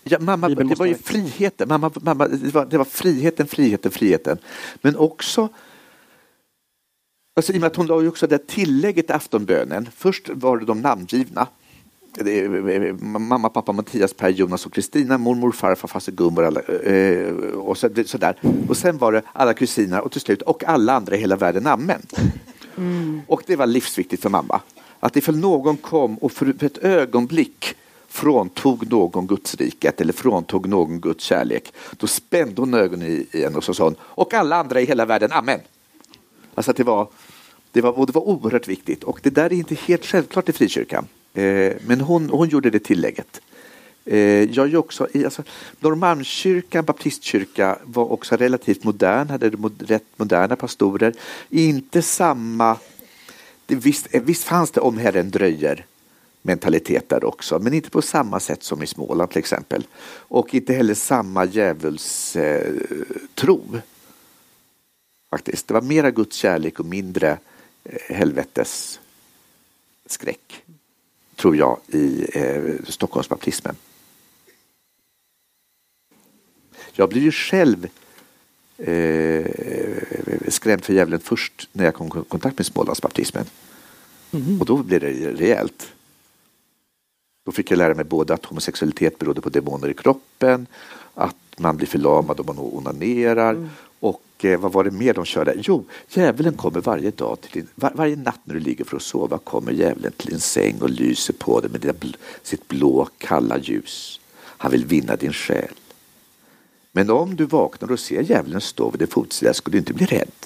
Ja, mamma, det var ju friheten. Mamma, mamma, det, var, det var friheten, friheten, friheten. Men också, alltså, i och med att hon la ju också det tillägget i aftonbönen. Först var det de namngivna. Det är, mamma, pappa, Mattias, Per, Jonas och Kristina, mormor, farfar, faster Gunvor alla, eh, och så, sådär. Och sen var det alla kusiner och till slut och alla andra i hela världen amen. Mm. Och det var livsviktigt för mamma. Att ifall någon kom och för ett ögonblick fråntog någon Guds riket eller fråntog någon Guds kärlek, då spände hon ögonen i, i en och så sa hon, och alla andra i hela världen, amen. Alltså att det var, det var, och det var oerhört viktigt. Och det där är inte helt självklart i frikyrkan. Eh, men hon, hon gjorde det tillägget. Eh, jag är också i, alltså, Norrmalmskyrkan, baptistkyrka var också relativt modern, hade rätt moderna pastorer. Inte samma, det, visst, visst fanns det om Herren dröjer mentalitet där också, men inte på samma sätt som i Småland till exempel. Och inte heller samma djävuls eh, tro. Faktiskt. Det var mera Guds kärlek och mindre eh, helvetes skräck, tror jag, i eh, Stockholmsbaptismen. Jag blev ju själv eh, skrämd för djävulen först när jag kom i kontakt med Smålandsbaptismen. Mm. Och då blev det rejält. Då fick jag lära mig både att homosexualitet berodde på demoner i kroppen, att man blir förlamad om man onanerar, mm. och eh, vad var det mer de körde? Jo, djävulen kommer varje dag till din, var, varje natt när du ligger för att sova kommer djävulen till din säng och lyser på dig med bl- sitt blå kalla ljus. Han vill vinna din själ. Men om du vaknar och ser djävulen stå vid din fotsida, skulle du inte bli rädd.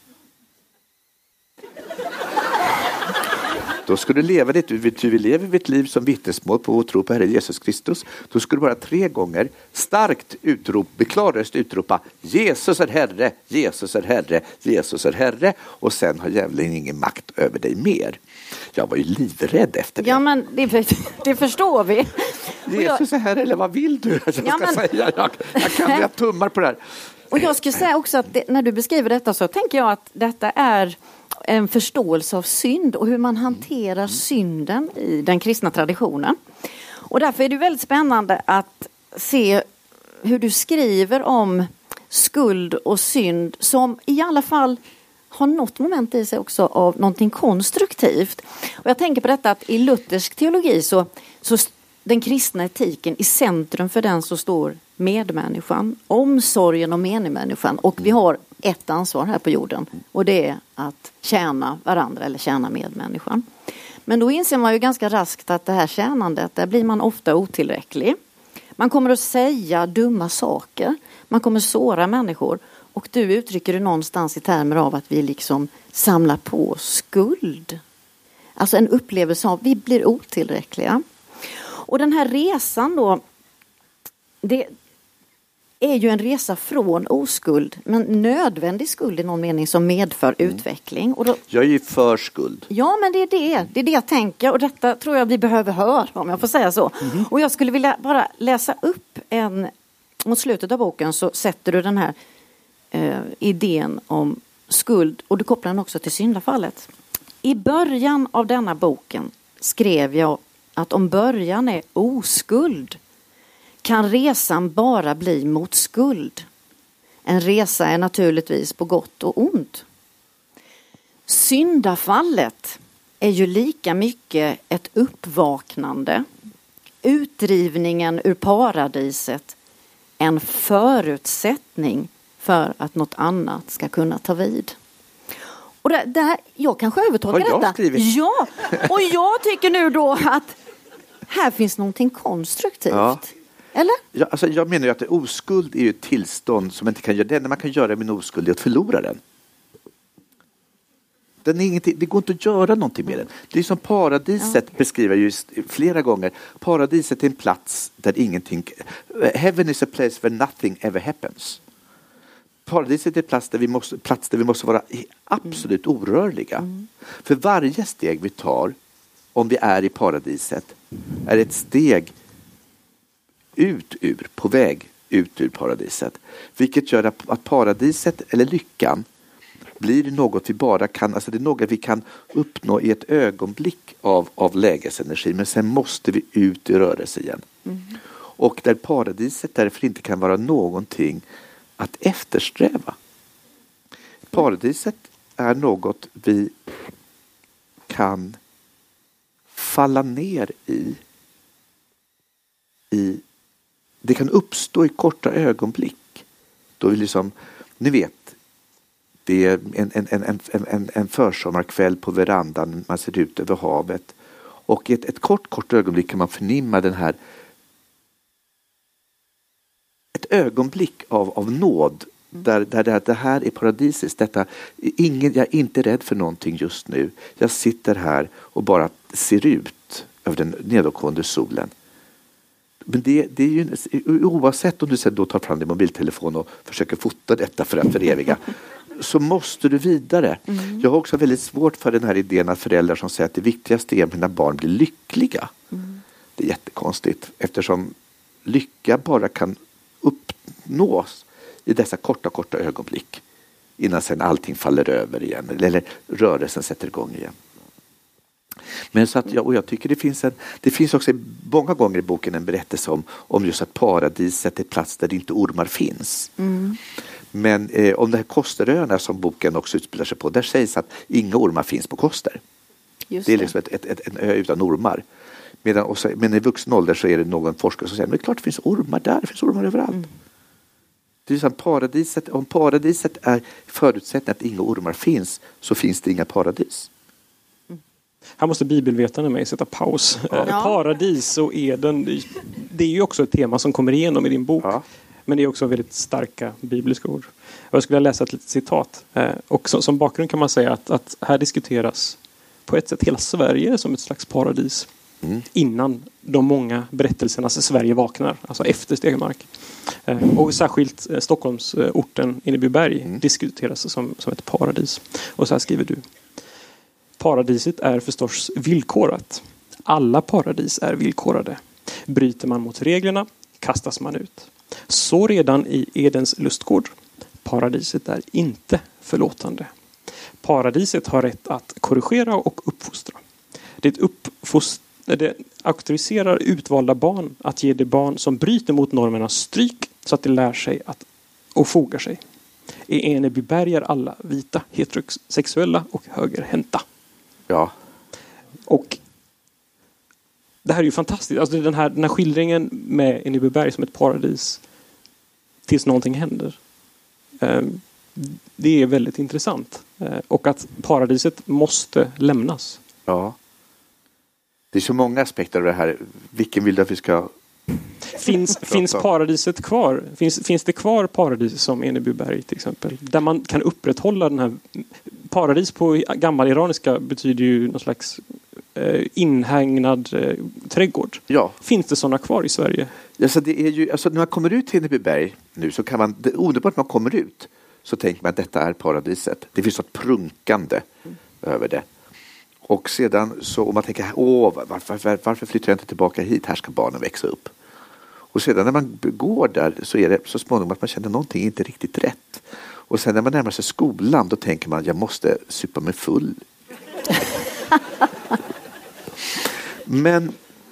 Då skulle du leva ditt, du vill leva ditt liv som vittnesmål på att tro på Herre Jesus Kristus. Då skulle du bara tre gånger starkt utrop, med klar röst utropa Jesus är Herre, Jesus är Herre, Jesus är Herre. Och sen har djävulen ingen makt över dig mer. Jag var ju livrädd efter det. Ja, men det, det förstår vi. Jesus är Herre, eller vad vill du? Jag ska ja, men... säga, jag, jag kan jag tummar på det här. Och jag skulle säga också att det, när du beskriver detta så tänker jag att detta är en förståelse av synd och hur man hanterar synden i den kristna traditionen. Och därför är det väldigt spännande att se hur du skriver om skuld och synd som i alla fall har något moment i sig också av någonting konstruktivt. Och jag tänker på detta att i luthersk teologi så, så den kristna etiken i centrum för den så står medmänniskan, omsorgen om medmänniskan, och vi har ett ansvar här på jorden och det är att tjäna varandra eller tjäna medmänniskan. Men då inser man ju ganska raskt att det här tjänandet, där blir man ofta otillräcklig. Man kommer att säga dumma saker, man kommer såra människor, och du uttrycker det någonstans i termer av att vi liksom samlar på skuld. Alltså en upplevelse av att vi blir otillräckliga. Och den här resan då, det är ju en resa från oskuld, men nödvändig skuld i någon mening som medför mm. utveckling. Och då, jag är ju för skuld. Ja, men det är det. Det är det jag tänker, och detta tror jag vi behöver höra, om jag får säga så. Mm. Och jag skulle vilja bara läsa upp en, mot slutet av boken så sätter du den här eh, idén om skuld, och du kopplar den också till syndafallet. I början av denna boken skrev jag att om början är oskuld kan resan bara bli mot skuld. En resa är naturligtvis på gott och ont. Syndafallet är ju lika mycket ett uppvaknande. Utdrivningen ur paradiset en förutsättning för att något annat ska kunna ta vid. Och det, det här, jag kanske övertolkar har jag detta. Skrivit? Ja, och jag tycker nu då att här finns någonting konstruktivt. Ja. Eller? Ja, alltså jag menar ju att oskuld är ju ett tillstånd som man inte kan göra. Det enda man kan göra med en oskuld är att förlora den. Den är ingenting, det går inte att göra någonting med den. Det är som paradiset ja. beskriver ju flera gånger. Paradiset är en plats där ingenting... Heaven is a place where nothing ever happens. Paradiset är en plats där vi måste, plats där vi måste vara absolut mm. orörliga. Mm. För varje steg vi tar, om vi är i paradiset, är ett steg ut ur, på väg ut ur paradiset. Vilket gör att paradiset eller lyckan blir något vi bara kan, alltså det är något vi kan uppnå i ett ögonblick av, av lägesenergi, men sen måste vi ut i rörelse igen. Mm. Och där paradiset därför inte kan vara någonting att eftersträva. Paradiset är något vi kan falla ner i. i det kan uppstå i korta ögonblick. Då vi liksom, ni vet, det är en, en, en, en, en, en försommarkväll på verandan, man ser ut över havet. Och i ett, ett kort, kort ögonblick kan man förnimma den här ett ögonblick av, av nåd. Mm. Där, där, där det här är paradisiskt. Detta, ingen, jag är inte rädd för någonting just nu. Jag sitter här och bara ser ut över den nedåtgående solen. Men det, det är ju oavsett om du då tar fram din mobiltelefon och försöker fota detta för att föreviga, så måste du vidare. Mm. Jag har också väldigt svårt för den här idén att föräldrar som säger att det viktigaste är att mina barn blir lyckliga. Mm. Det är jättekonstigt eftersom lycka bara kan uppnås i dessa korta, korta ögonblick innan sen allting faller över igen eller rörelsen sätter igång igen. Men så att jag, och jag tycker det finns en, det finns också många gånger i boken en berättelse om, om just att paradiset är plats där inte ormar finns. Mm. Men eh, om det här Kosteröarna som boken också utspelar sig på, där sägs att inga ormar finns på Koster. Just det är liksom ett, ett, ett, en ö utan ormar. Medan, och så, men i vuxen ålder så är det någon forskare som säger men det är klart det finns ormar där, det finns ormar överallt. Mm. Det är så att paradiset, om paradiset är förutsättning att inga ormar finns, så finns det inga paradis. Här måste bibelvetarna med sätta paus. Ja. Paradis och Eden, det är ju också ett tema som kommer igenom i din bok. Ja. Men det är också väldigt starka bibliska ord. Jag skulle läsa ett litet citat. Och som bakgrund kan man säga att, att här diskuteras på ett sätt hela Sverige som ett slags paradis. Mm. Innan de många berättelsernas Sverige vaknar. Alltså efter Stegemark. Och särskilt Stockholmsorten Enebyberg mm. diskuteras som, som ett paradis. Och så här skriver du. Paradiset är förstås villkorat. Alla paradis är villkorade. Bryter man mot reglerna kastas man ut. Så redan i Edens lustgård. Paradiset är inte förlåtande. Paradiset har rätt att korrigera och uppfostra. Det, uppfost- det auktoriserar utvalda barn att ge det barn som bryter mot normerna stryk så att det lär sig att och fogar sig. I Enebyberg är alla vita, heterosexuella och högerhänta. Ja. Och det här är ju fantastiskt. Alltså den här, den här skildringen med Enebyberg som ett paradis tills någonting händer. Det är väldigt intressant. Och att paradiset måste lämnas. Ja. Det är så många aspekter av det här. Vilken vill du att vi ska... Finns, finns paradiset kvar? Finns, finns det kvar paradis som Enebyberg till exempel? Där man kan upprätthålla den här... Paradis på gammal iraniska betyder ju någon slags eh, inhägnad eh, trädgård. Ja. Finns det sådana kvar i Sverige? Alltså det är ju, alltså när man kommer ut till Enebyberg nu så kan man, det, omedelbart man kommer ut så tänker man att detta är paradiset. Det finns något prunkande mm. över det. Och sedan så om man tänker, åh varför, varför, varför flyttar jag inte tillbaka hit? Här ska barnen växa upp. Och sedan när man går där så är det så småningom att man känner någonting inte riktigt rätt. Och sen när man närmar sig skolan då tänker man, jag måste supa mig full. Men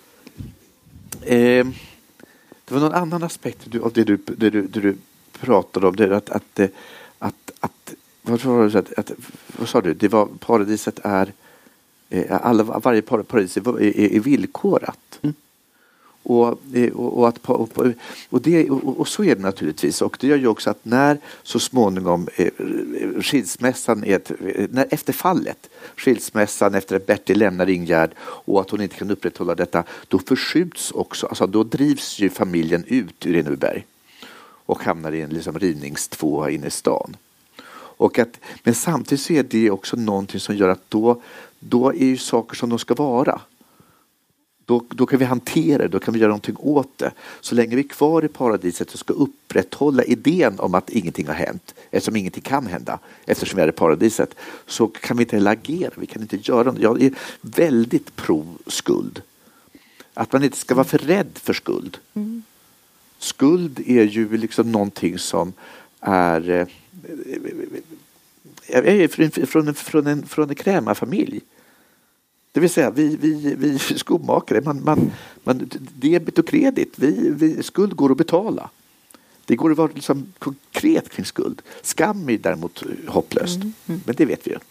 eh, det var någon annan aspekt av det du, det du, det du pratade om. Det att, att, att, att, vad, var det, att, att, vad sa du? Det var paradiset är alla, varje paradis är, är, är villkorat. Mm. Och, och, och, att, och, och, det, och, och så är det naturligtvis. Och det gör ju också att när så småningom skilsmässan är ett, när efter fallet, skilsmässan efter att Bertil lämnar Ingegärd och att hon inte kan upprätthålla detta, då förskjuts också, alltså då drivs ju familjen ut ur Enebyberg och hamnar i en liksom rivningstvåa inne i stan. Och att, men samtidigt så är det också någonting som gör att då, då är ju saker som de ska vara. Då, då kan vi hantera det, då kan vi göra någonting åt det. Så länge vi är kvar i paradiset och ska upprätthålla idén om att ingenting har hänt, eftersom ingenting kan hända, eftersom vi är i paradiset, så kan vi inte heller agera, vi kan inte göra något. Jag är väldigt pro skuld. Att man inte ska vara för rädd för skuld. Mm. Skuld är ju liksom någonting som är... Jag är från, från, från en, från en krämarfamilj. Det vill säga, vi, vi, vi skomakare, man, man, man, debet och kredit, vi, vi, skuld går att betala. Det går att vara liksom konkret kring skuld. Skam är däremot hopplöst. Mm, mm. Men det vet vi ju.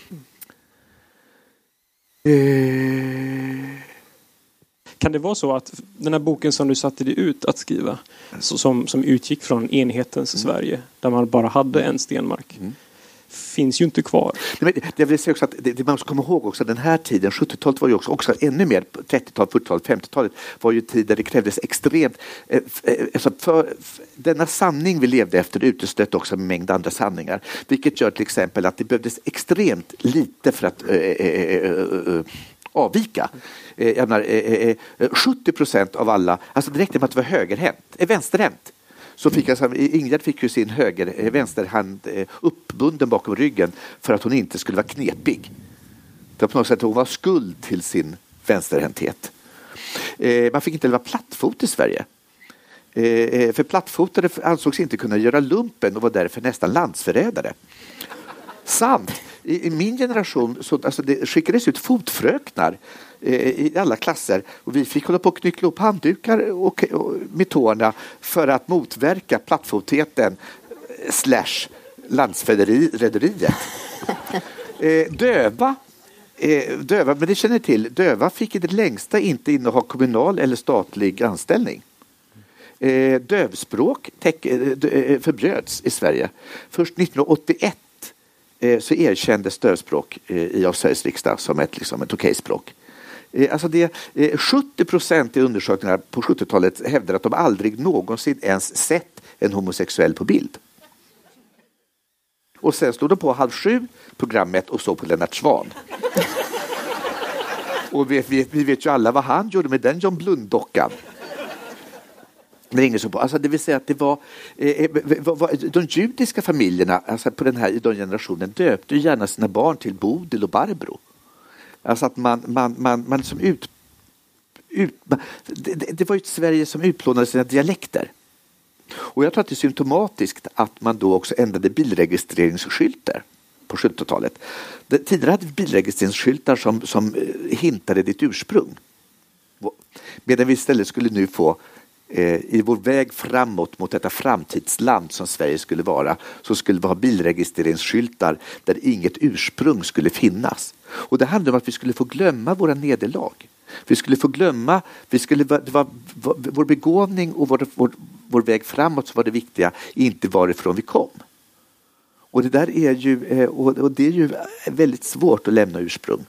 Mm. Eh. Kan det vara så att den här boken som du satte dig ut att skriva, så, som, som utgick från enhetens mm. Sverige, där man bara hade en Stenmark, mm. finns ju inte kvar. Men det vill säga också att det, det man ska komma ihåg också, den här tiden, sjuttiotalet var ju också, också ännu mer, trettiotalet, fyrtiotalet, femtiotalet var ju tid där det krävdes extremt, eh, alltså för, för denna sanning vi levde efter uteslöt också en mängd andra sanningar, vilket gör till exempel att det behövdes extremt lite för att eh, eh, eh, eh, avvika. Eh, jag menar, eh, eh, sjuttio procent av alla, alltså det räckte med att det var högerhänt, eh, vänsterhänt. Så fick alltså, Ingrid fick ju sin höger, vänsterhand uppbunden bakom ryggen för att hon inte skulle vara knepig. För på något sätt hon var skuld till sin vänsterhänthet. Eh, man fick inte vara plattfot i Sverige. Eh, för plattfotade ansågs inte kunna göra lumpen och var därför nästan landsförrädare. Sant. I, i min generation så, alltså det skickades ut fotfröknar i alla klasser och vi fick hålla på att knyckla upp handdukar och, och med tårna för att motverka plattfotheten slash landsförräderiet. eh, döva eh, döva, men det känner till, döva fick i det längsta inte inneha kommunal eller statlig anställning. Eh, dövspråk täck, eh, förbjöds i Sverige. Först nittonhundraåttioett eh, så erkändes dövspråk eh, i av Sveriges riksdag som ett, liksom, ett okej språk. Alltså det, sjuttio procent i undersökningar på sjuttiotalet hävdar att de aldrig någonsin ens sett en homosexuell på bild. Och sen stod de på halv sju programmet och såg på Lennart Swahn. Och vi, vi, vi vet ju alla vad han gjorde med den John Blund-dockan. Men ingen så på. Alltså det vill säga att det var, eh, var de judiska familjerna alltså på den här i den generationen döpte ju gärna sina barn till Bodil och Barbro. Alltså att man, man, man, man liksom ut, ut det, det var ju ett Sverige som utplånade sina dialekter. Och jag tror att det är symptomatiskt att man då också ändrade bilregistreringsskyltar på sjuttiotalet. Tidigare hade vi bilregistreringsskyltar som, som hintade ditt ursprung. Medan vi istället skulle nu få eh, i vår väg framåt mot detta framtidsland som Sverige skulle vara, så skulle vi ha bilregistreringsskyltar där inget ursprung skulle finnas. Och det handlade om att vi skulle få glömma våra nederlag. Vi skulle få glömma, vi skulle, det var, vår begåvning och vår, vår, vår väg framåt som var det viktiga, inte varifrån vi kom. Och det där är ju, och det är ju väldigt svårt att lämna ursprung.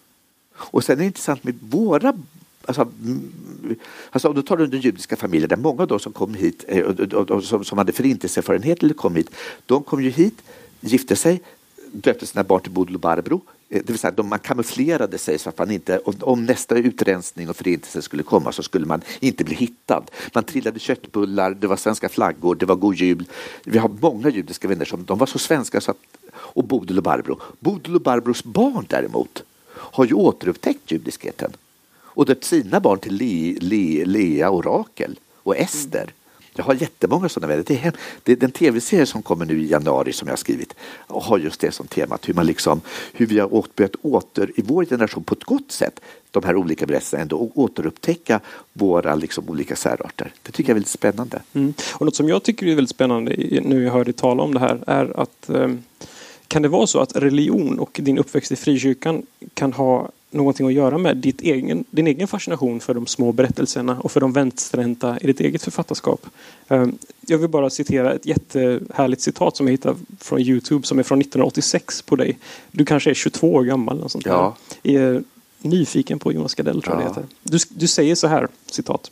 Och sen är det intressant med våra, alltså, alltså om du tar den judiska familjen, där många av de som kom hit, och, och, och, som, som hade förintelseerfarenhet eller kom hit, de kom ju hit, gifte sig, döpte sina barn till Bodil och Barbro. Det vill säga, de, man kamouflerade sig så att man inte, om, om nästa utrensning och förintelse skulle komma så skulle man inte bli hittad. Man trillade köttbullar, det var svenska flaggor, det var god jul. Vi har många judiska vänner som de var så svenska så att, och Bodil och Barbro. Bodil och Barbros barn däremot har ju återupptäckt judiskheten och döpt sina barn till Le, Le, Lea och Rakel och Ester. Mm. Jag har jättemånga sådana vänner. Det är, det är den tv-serie som kommer nu i januari som jag har skrivit och har just det som tema. Hur, man liksom, hur vi har börjat åter i vår generation på ett gott sätt de här olika berättelserna ändå och återupptäcka våra liksom, olika särarter. Det tycker jag är väldigt spännande. Mm. Och något som jag tycker är väldigt spännande nu jag hör dig tala om det här är att eh, kan det vara så att religion och din uppväxt i frikyrkan kan ha någonting att göra med ditt egen, din egen fascination för de små berättelserna och för de vänsterhänta i ditt eget författarskap. Jag vill bara citera ett jättehärligt citat som jag hittade från YouTube som är från nittonhundraåttiosex på dig. Du kanske är tjugotvå år gammal eller sånt ja. där. Är nyfiken på Jonas Gardell tror jag ja. det heter. Du, du säger så här, citat.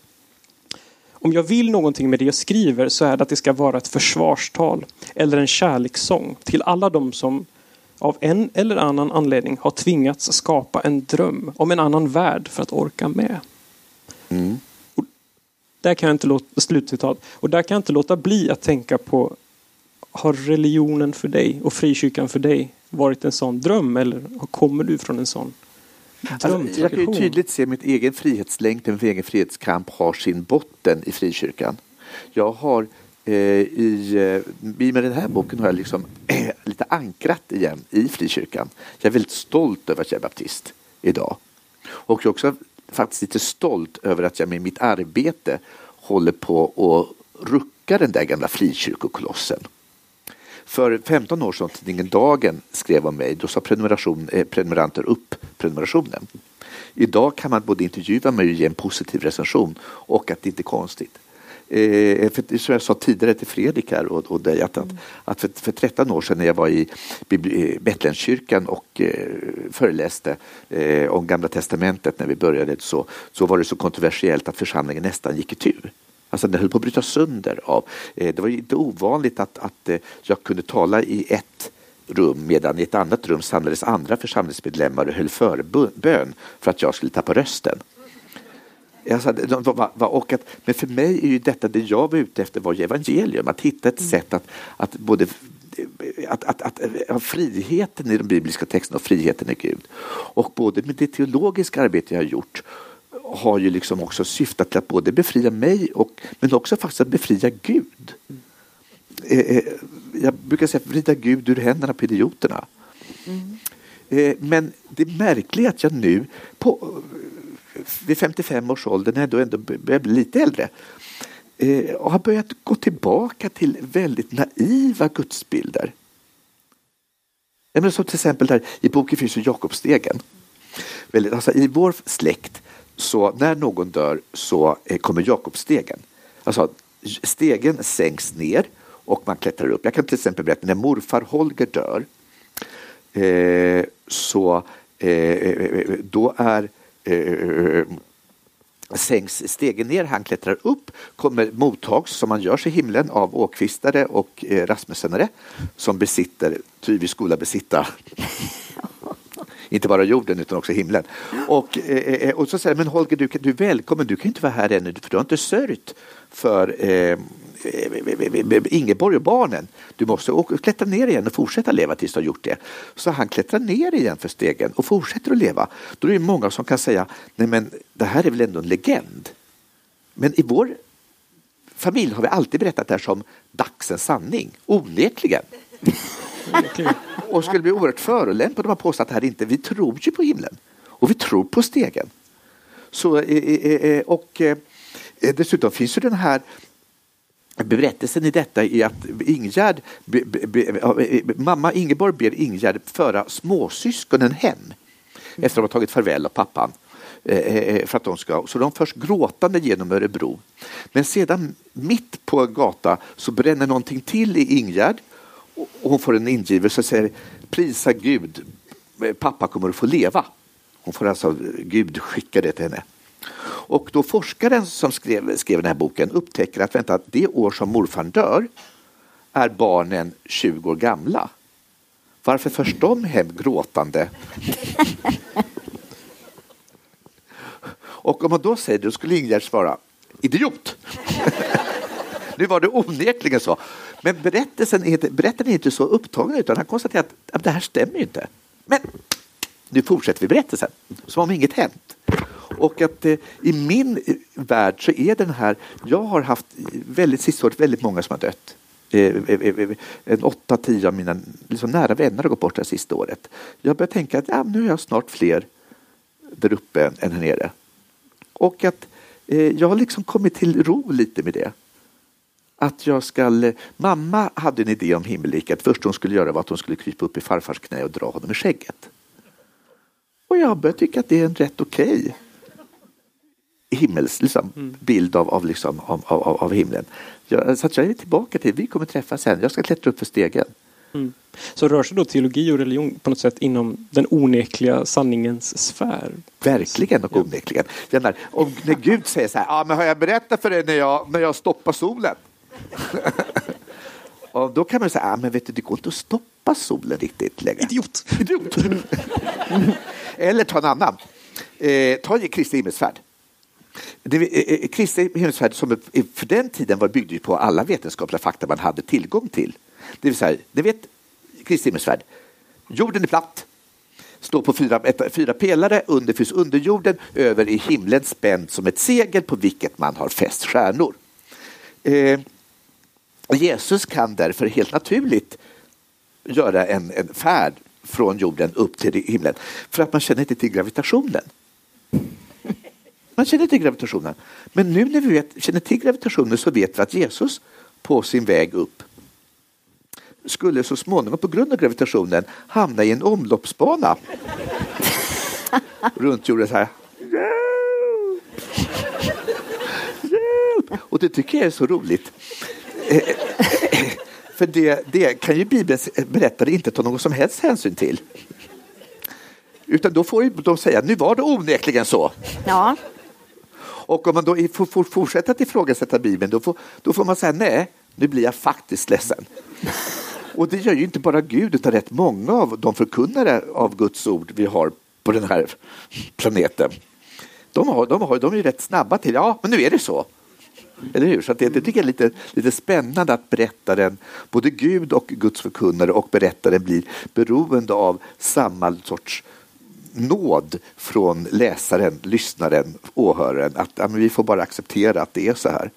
Om jag vill någonting med det jag skriver så är det att det ska vara ett försvarstal eller en kärlekssång till alla de som av en eller annan anledning har tvingats skapa en dröm om en annan värld för att orka med. Mm. Och där kan jag inte låta, slutcitat, och där kan jag inte låta bli att tänka på, har religionen för dig och frikyrkan för dig varit en sån dröm eller kommer du från en sån dröm? Alltså, jag kan ju tydligt se mitt egen frihetslängtan, min egen frihetskamp har sin botten i frikyrkan. Jag har I, I med den här boken har jag liksom lite ankrat igen i frikyrkan. Jag är väldigt stolt över att jag är baptist idag. Och jag är också faktiskt lite stolt över att jag med mitt arbete håller på att rucka den där gamla frikyrkokolossen. För femton år sedan, tidningen Dagen skrev om mig, då sa prenumeration, eh, prenumeranter upp prenumerationen. Idag kan man både intervjua mig och ge en positiv recension, och att det inte är konstigt. Eh, för, som jag sa tidigare till Fredrik här och, och dig, att, mm. att för, för tretton år sedan när jag var i Betlehemskyrkan och eh, föreläste eh, om Gamla testamentet när vi började, så, så var det så kontroversiellt att församlingen nästan gick i tur. Alltså den höll på att bryta sönder av. Eh, det var inte ovanligt att, att eh, jag kunde tala i ett rum medan i ett annat rum samlades andra församlingsmedlemmar och höll förbön för att jag skulle tappa rösten. Alltså, och att, men för mig är ju detta det jag var ute efter var evangelium. Att hitta ett mm. sätt att, att både att, att, att, att ha friheten i de bibliska texterna och friheten i Gud. Och både med det teologiska arbete jag har gjort har ju liksom också syftat till att både befria mig och, men också faktiskt att befria Gud. Mm. Jag brukar säga vrida Gud ur händerna på idioterna. Mm. Men det märkliga är att jag nu på vid femtiofem års ålder, när jag då ändå börjar bli lite äldre, eh, och har börjat gå tillbaka till väldigt naiva gudsbilder. Men som till exempel där i boken finns ju Jakobstegen. Väldigt, alltså i vår släkt, så när någon dör så eh, kommer Jakobstegen. Alltså stegen sänks ner och man klättrar upp. Jag kan till exempel berätta, när morfar Holger dör eh, så eh, då är Uh, sänks stegen ner, han klättrar upp, kommer mottags som man görs i himlen av åkvistare och uh, rasmusenare som besitter, ty vi skola besitta inte bara jorden utan också himlen. Och, uh, och så säger men Holger, du, du är välkommen, du kan inte vara här ännu för du har inte sörjt för uh, Ingeborg och barnen. Du måste åka, klättra ner igen och fortsätta leva tills du har gjort det. Så han klättrar ner igen för stegen och fortsätter att leva. Då är det många som kan säga, nej men det här är väl ändå en legend. Men i vår familj har vi alltid berättat det här som dagsens sanning. Onekligen. Och skulle bli oerhört förolämpade om man påstår att det här inte, vi tror ju på himlen. Och vi tror på stegen. Så, och dessutom finns ju den här berättelsen i detta är att Ingegärd, be, be, be, mamma Ingeborg ber Ingegärd föra småsyskonen hem efter att de har tagit farväl av pappan. Eh, för att de ska, så de först gråtande genom Örebro. Men sedan mitt på gata så bränner någonting till i Ingegärd och hon får en ingivelse och säger prisa Gud, pappa kommer att få leva. Hon får alltså Gud skicka det till henne. Och då forskaren som skrev, skrev den här boken upptäcker att vänta, det år som morfar dör är barnen tjugo år gamla. Varför förs de hem gråtande? Och om man då säger det, då skulle Ingegärd svara idiot. Nu var det onekligen så. Men berättelsen är inte, berättelsen är inte så upptagen utan han konstaterar att, att det här stämmer ju inte. Men nu fortsätter vi berättelsen som om inget hänt. Och att eh, i min värld så är den här, jag har haft väldigt sista året väldigt många som har dött. Eh, eh, en åtta, tio av mina liksom, nära vänner har gått bort det sista året. Jag börjar tänka att ja, nu är jag snart fler där uppe än här nere. Och att eh, jag har liksom kommit till ro lite med det. Att jag ska, mamma hade en idé om himmelriket. Först hon skulle göra var att hon skulle krypa upp i farfars knä och dra honom i skägget. Och jag börjar tycka att det är en rätt okej himmels liksom, mm. bild av, av, liksom, av, av, av himlen. Jag, så att jag är tillbaka till, vi kommer träffas sen. Jag ska klättra upp för stegen. Mm. Så rör sig då teologi och religion på något sätt inom den onekliga sanningens sfär? Verkligen och onekligen. Ja. När, om, när Gud säger så här, ah, men har jag berättat för dig när jag, när jag stoppar solen? Och då kan man säga, ah, men vet du, det går inte att stoppa solen riktigt längre. Idiot! Idiot! Eller ta en annan. Eh, ta Kristi himmelsfärd. Det, eh, Kristi himmelsfärd som för den tiden var byggd på alla vetenskapliga fakta man hade tillgång till. Det vill säga, det vet Kristi himmelsfärd. Jorden är platt. Står på fyra, ett, fyra pelare, under finns underjorden, över i himlen spänd som ett segel på vilket man har fäst stjärnor. Eh, Jesus kan därför helt naturligt göra en, en färd från jorden upp till himlen. För att man känner inte till gravitationen. Man känner inte gravitationen. Men nu när vi vet, känner till gravitationen så vet vi att Jesus på sin väg upp skulle så småningom på grund av gravitationen hamna i en omloppsbana runt jorden så här. Hjälp! Och det tycker jag är så roligt. För det, det kan ju Bibelns berättare inte ta någon som helst hänsyn till. Utan då får de säga, nu var det onekligen så. Ja. Och om man då får, får fortsätta att ifrågasätta Bibeln, då får, då får man säga, nej, nu blir jag faktiskt ledsen. Och det gör ju inte bara Gud, utan rätt många av de förkunnare av Guds ord vi har på den här planeten. De, har, de, har, de är ju rätt snabba till, ja, men nu är det så. Eller hur? Så att det, det tycker jag är lite, lite spännande att berättaren, både Gud och Guds förkunnare och berättaren blir beroende av samma sorts nåd från läsaren, lyssnaren, åhöraren. Att ja, men vi får bara acceptera att det är så här.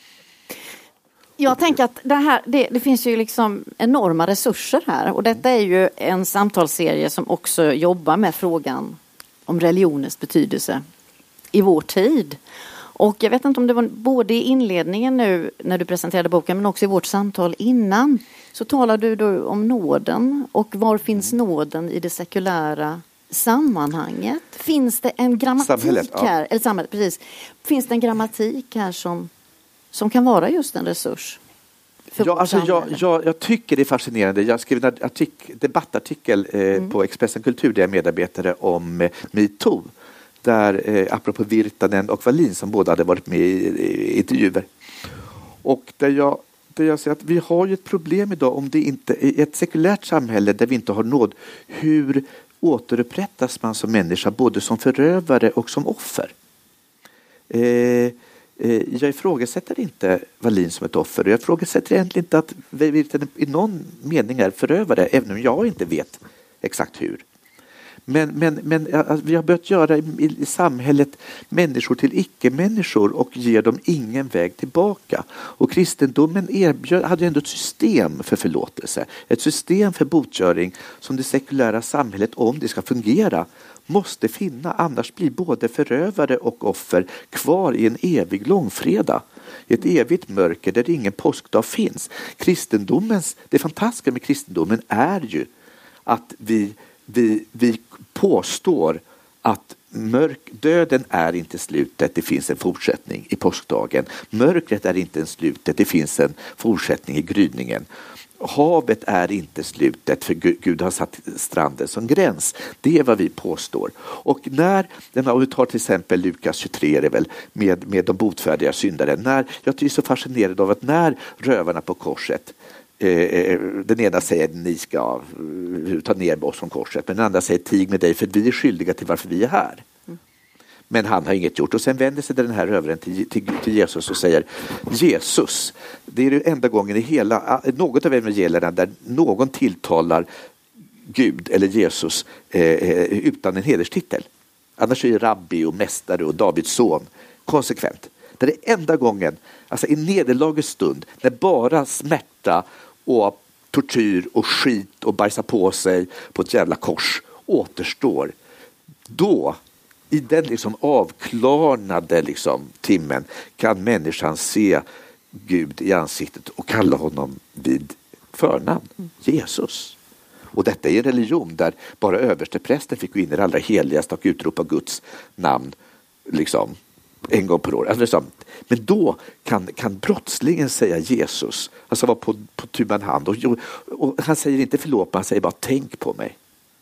Jag tänker att det, här, det, det finns ju liksom enorma resurser här. Och detta är ju en samtalsserie som också jobbar med frågan om religionens betydelse i vår tid. Och jag vet inte om det var både i inledningen nu när du presenterade boken men också i vårt samtal innan. Så talar du då om nåden och var finns nåden i det sekulära sammanhanget? Finns det en grammatik samhället, ja. här? Eller samhället, precis. Finns det en grammatik här som, som kan vara just en resurs? För ja, alltså jag, jag, jag tycker det är fascinerande. Jag skrev en artik, debattartikel eh, mm. på Expressen Kultur där jag är medarbetare om eh, MeToo. Där, eh, apropå Virtanen och Wallin som båda hade varit med i, i intervjuer. Och där jag, där jag säger att vi har ju ett problem idag om det inte i ett sekulärt samhälle där vi inte har nåd. Hur återupprättas man som människa både som förövare och som offer? Eh, eh, jag ifrågasätter inte Wallin som ett offer. Jag ifrågasätter egentligen inte att Virtanen i någon mening är förövare, även om jag inte vet exakt hur. Men, men, men alltså, vi har börjat göra i, i samhället människor till icke-människor och ger dem ingen väg tillbaka. Och kristendomen erbjöd, hade ändå ett system för förlåtelse. Ett system för botgöring som det sekulära samhället, om det ska fungera, måste finna. Annars blir både förövare och offer kvar i en evig långfredag. I ett evigt mörker där ingen påskdag finns. Kristendomens, det fantastiska med kristendomen är ju att vi Vi, vi påstår att mörk, döden är inte slutet, det finns en fortsättning i påskdagen. Mörkret är inte en slutet, det finns en fortsättning i gryningen. Havet är inte slutet, för Gud har satt stranden som gräns. Det är vad vi påstår. Och när, om vi tar till exempel Lukas tjugotre är det väl, med, med de botfärdiga syndare. När, jag är så fascinerad av att när rövarna på korset, den ena säger ni ska ta ner oss från korset, men den andra säger tig med dig för vi är skyldiga till varför vi är här. Mm. Men han har inget gjort. Och sen vänder sig den här rövaren till, till, till Jesus och säger Jesus, det är den enda gången i hela något av evangelierna där någon tilltalar Gud eller Jesus eh, utan en hederstitel. Annars är det rabbi och mästare och Davids son konsekvent. Det är det enda gången, alltså i nederlagets stund, när bara smärta och tortyr och skit och bajsa på sig på ett jävla kors återstår. Då, i den liksom avklarnade liksom timmen, kan människan se Gud i ansiktet och kalla honom vid förnamn, Jesus. Och detta är en religion där bara översteprästen fick gå in i det allra heligaste och utropa Guds namn liksom en gång per år. Alltså, men då kan, kan brottslingen säga Jesus, alltså vara på, på tuban hand och, och han säger inte förlåt, han säger bara tänk på mig.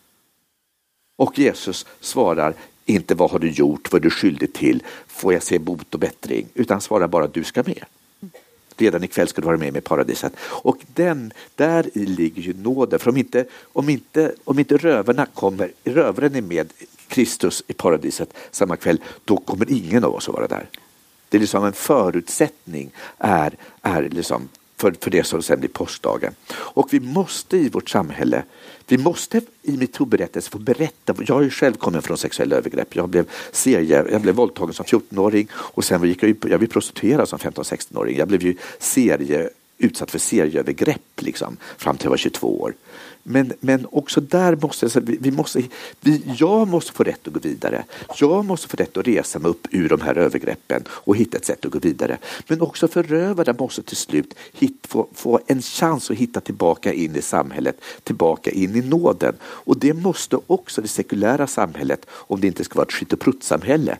Och Jesus svarar inte vad har du gjort, vad är du skyldig till, får jag se bot och bättring, utan svarar bara du ska med. Redan ikväll ska du vara med med paradiset. Och den, där i ligger ju nåden. För om inte, om inte, om inte rövarna kommer, rövaren är med Kristus i paradiset samma kväll, då kommer ingen av oss att vara där. Det är liksom en förutsättning är, är liksom för, för det som sen blir påskdagen. Och vi måste i vårt samhälle, vi måste i MeToo-berättelse få berätta. Jag har ju själv kommit från sexuella övergrepp. Jag blev serie, jag blev våldtagen som fjortonåring och sen gick jag, jag blev prostituerad som femton-sexton-åring. Jag blev ju serie utsatt för serieövergrepp liksom, fram till jag var tjugotvå år. Men, men också där måste, alltså, vi, vi måste vi, jag måste få rätt att gå vidare. Jag måste få rätt att resa mig upp ur de här övergreppen och hitta ett sätt att gå vidare. Men också förövare måste till slut hit, få, få en chans att hitta tillbaka in i samhället, tillbaka in i nåden. Och det måste också det sekulära samhället, om det inte ska vara ett skyttepruttsamhälle,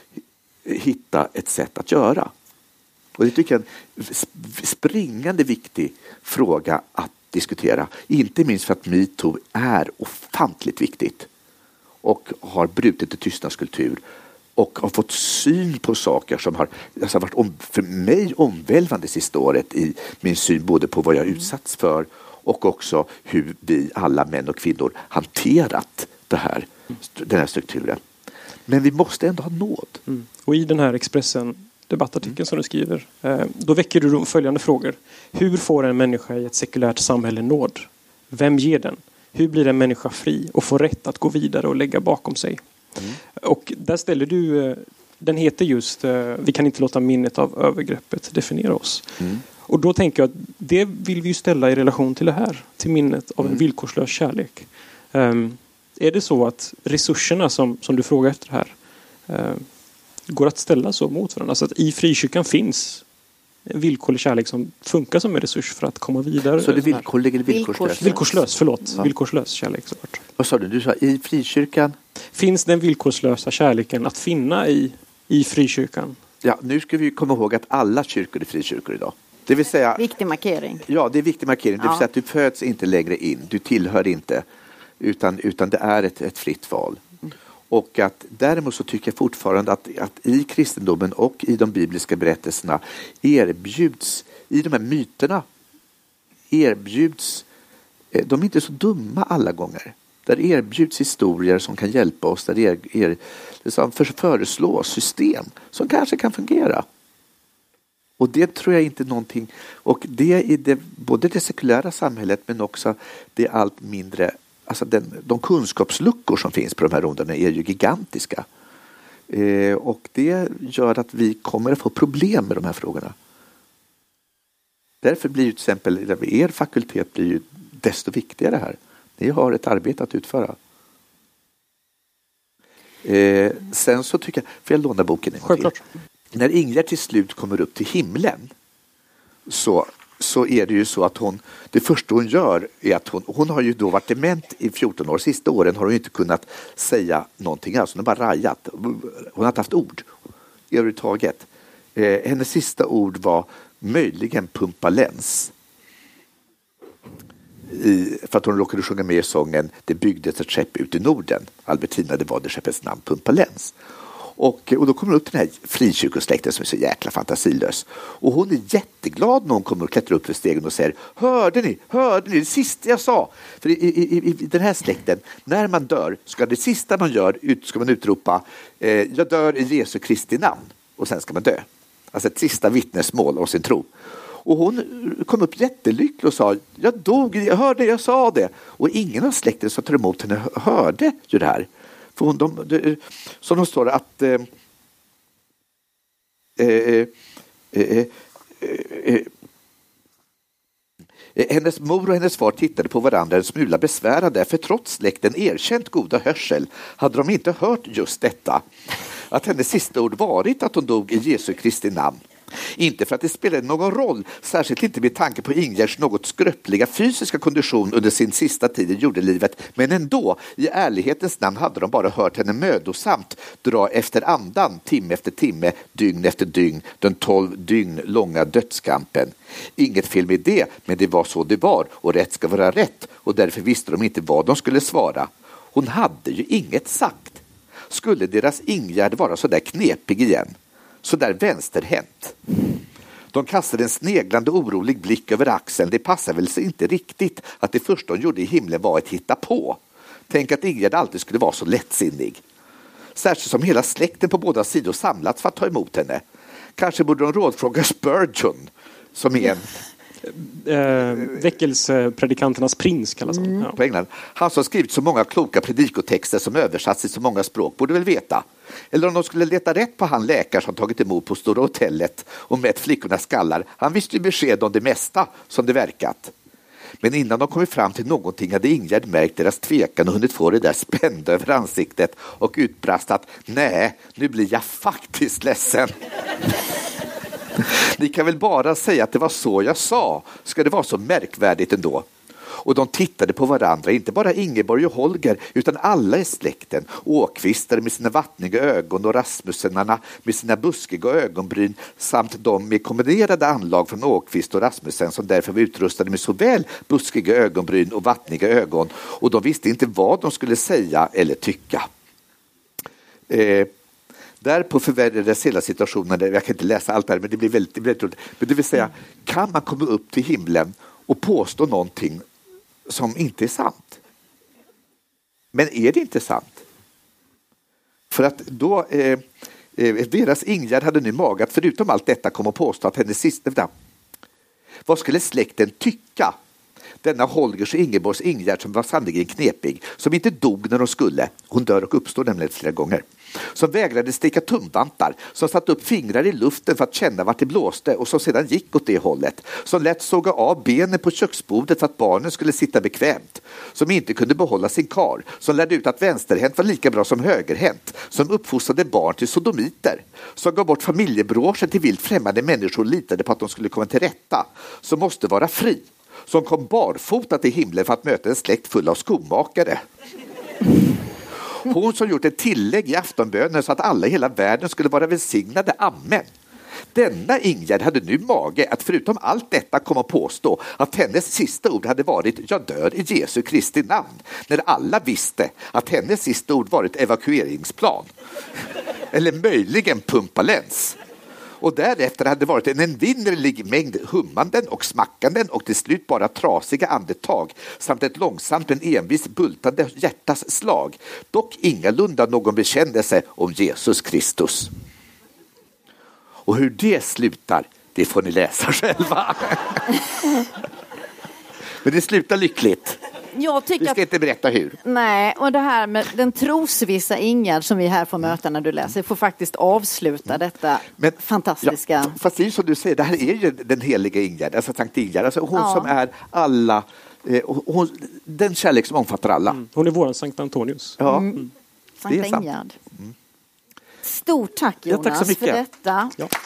hitta ett sätt att göra. Och det tycker jag är en springande viktig fråga att diskutera. Inte minst för att MeToo är ofantligt viktigt och har brutit en tystnadskultur och har fått syn på saker som har alltså varit om, för mig omvälvande sista året i min syn både på vad jag utsatts för och också hur vi alla män och kvinnor hanterat det här, den här strukturen. Men vi måste ändå ha nåd. Mm. Och i den här Expressen debattartikeln mm. som du skriver, eh, då väcker du de följande frågor. Hur får en människa i ett sekulärt samhälle nåd? Vem ger den? Hur blir en människa fri och får rätt att gå vidare och lägga bakom sig? Mm. Och där ställer du, eh, den heter just eh, vi kan inte låta minnet av övergreppet definiera oss. Mm. Och då tänker jag att det vill vi ju ställa i relation till det här, till minnet av en mm. villkorslös kärlek. Um, är det så att resurserna som, som du frågar efter här uh, går att ställa så mot varandra? Alltså att i frikyrkan finns en villkorlig kärlek som funkar som en resurs för att komma vidare. Så det är villkorlig eller villkorslös? Villkorslös, villkorslös förlåt. Ja. Villkorslös kärlek såklart. Vad sa du? Du sa i frikyrkan? Finns den villkorslösa kärleken att finna i, i frikyrkan? Ja, nu ska vi komma ihåg att alla kyrkor är frikyrkor idag. Det vill säga, viktig markering. Ja, det är viktig markering. Det vill ja. säga att du föds inte längre in. Du tillhör inte. Utan, utan det är ett, ett fritt val. Mm. Och att däremot så tycker jag fortfarande att, att i kristendomen och i de bibliska berättelserna erbjuds, i de här myterna erbjuds, de är inte så dumma alla gånger. Där erbjuds historier som kan hjälpa oss, där er, er, liksom föreslås system som kanske kan fungera. Och det tror jag inte någonting, och det är det, både det sekulära samhället men också det allt mindre, alltså den, de kunskapsluckor som finns på de här områdena är ju gigantiska. Eh, och det gör att vi kommer att få problem med de här frågorna. Därför blir ju till exempel er fakultet blir ju desto viktigare här. Ni har ett arbete att utföra. Eh, sen så tycker jag, får jag låna boken en gång till? Självklart. När Ingegerd till slut kommer upp till himlen så, så är det ju så att hon, det första hon gör är att hon, hon har ju då varit dement i fjorton år. Sista åren har hon ju inte kunnat säga någonting alls. Hon har bara rajat. Hon har inte haft ord överhuvudtaget. Eh, hennes sista ord var möjligen pumpalens. I, för att hon råkade sjunga med i sången Det byggdes ett skepp ut i Norden. Albertina, det var det skeppets namn, pumpalens. Och, och då kommer hon upp till den här frikyrkosläkten som är så jäkla fantasilös. Och hon är jätteglad när hon kommer och klättrar upp för stegen och säger: hörde ni, hörde ni det sista jag sa? För i, i, i, i den här släkten, när man dör, ska det sista man gör, ut, ska man utropa eh, jag dör i Jesu Kristi namn. Och sen ska man dö. Alltså ett sista vittnesmål om sin tro. Och hon kom upp jättelycklig och sa: jag dog, jag hörde, jag sa det. Och ingen av släkten som tar emot henne hörde ju det här. För hon, de, de, som de står att eh, eh, eh, eh, eh, hennes mor och hennes far tittade på varandra en smula besvärade, för trots släkten erkänt goda hörsel hade de inte hört just detta. Att hennes sista ord varit att hon dog i Jesu Kristi namn. Inte för att det spelade någon roll, särskilt inte med tanke på Ingegärds något skröpliga fysiska kondition under sin sista tid i jordelivet, men ändå, i ärlighetens namn hade de bara hört henne mödosamt dra efter andan, timme efter timme, dygn efter dygn, den tolv dygn långa dödskampen. Inget fel med det, men det var så det var, och rätt ska vara rätt, och därför visste de inte vad de skulle svara. Hon hade ju inget sagt. Skulle deras Ingegärd vara så där knepig igen? Så där vänsterhänt. De kastade en sneglande orolig blick över axeln. Det passade väl sig inte riktigt att det första hon gjorde i himlen var att hitta på. Tänk att Ingegärd alltid skulle vara så lättsinnig. Särskilt som hela släkten på båda sidor samlats för att ta emot henne. Kanske borde de rådfråga Spurgeon, som är en eh, väckelsepredikanternas prins kallas han. Mm. Ja. På England. Han som skrivit så många kloka predikotexter som översatts i så många språk borde väl veta. Eller om de skulle leta rätt på han läkare som tagit emot på Stora hotellet och mätt flickornas skallar. Han visste ju besked om det mesta som det verkat. Men innan de kommit fram till någonting hade Ingegerd märkt deras tvekan och hunnit få det där spända över ansiktet och utbrast att nej, nu blir jag faktiskt ledsen. Ni kan väl bara säga att det var så jag sa. Ska det vara så märkvärdigt ändå? Och de tittade på varandra, inte bara Ingeborg och Holger utan alla i släkten. Åkvistar med sina vattniga ögon och Rasmussenarna med sina buskiga ögonbryn samt de med kombinerade anlag från Åkvist och Rasmussen som därför var utrustade med såväl buskiga ögonbryn och vattniga ögon, och de visste inte vad de skulle säga eller tycka. Eh, Därpå förvärrades hela situationen. Jag kan inte läsa allt här, men det blir väldigt, väldigt roligt. Men det vill säga, kan man komma upp till himlen och påstå någonting som inte är sant? Men är det inte sant? För att då eh, deras Ingegerd hade nu mag att förutom allt detta kom att påstå att hennes sista... Vad skulle släkten tycka? Denna Holgers och Ingeborgs Ingegerd som var sannerligen knepig, som inte dog när de skulle. Hon dör och uppstår nämligen flera gånger. Som vägrade sticka tumvantar, som satt upp fingrar i luften för att känna vart det blåste och som sedan gick åt det hållet. Som lätt såga av benen på köksbordet för att barnen skulle sitta bekvämt. Som inte kunde behålla sin kar. Som lärde ut att vänsterhänt var lika bra som högerhänt. Som uppfostrade barn till sodomiter. Som gav bort familjebråsen till vilt främmande människor och litade på att de skulle komma till rätta. Som måste vara fri. Som kom barfota till himlen för att möta en släkt full av skomakare. Hon som gjort ett tillägg i aftonbönen så att alla i hela världen skulle vara välsignade. Amen. Denna Ingegerd hade nu mage att förutom allt detta komma att påstå att hennes sista ord hade varit jag dör i Jesu Kristi namn, när alla visste att hennes sista ord varit evakueringsplan. Eller möjligen pumpalens. Och därefter hade det varit en evinnerlig mängd hummanden och smackanden och till slut bara trasiga andetag samt ett långsamt men envis bultande hjärtas slag. Dock ingalunda någon bekännelse om Jesus Kristus. Och hur det slutar, det får ni läsa själva. Men det slutar lyckligt. Jag tycker vi ska att, inte berätta hur. Nej, och det här med den trosvissa Ingegerd som vi här får möta när du läser får faktiskt avsluta detta Men, fantastiska. Ja, fast det är ju som du säger, det här är ju den heliga Ingegerd, alltså Sankt Ingegerd, alltså hon ja. som är alla, eh, hon, den kärlek som omfattar alla. Mm. Hon är våran Sankt Antonius. Ja, mm. Sankt Ingegerd. Mm. Stort tack Jonas ja, tack så mycket. för detta. Ja.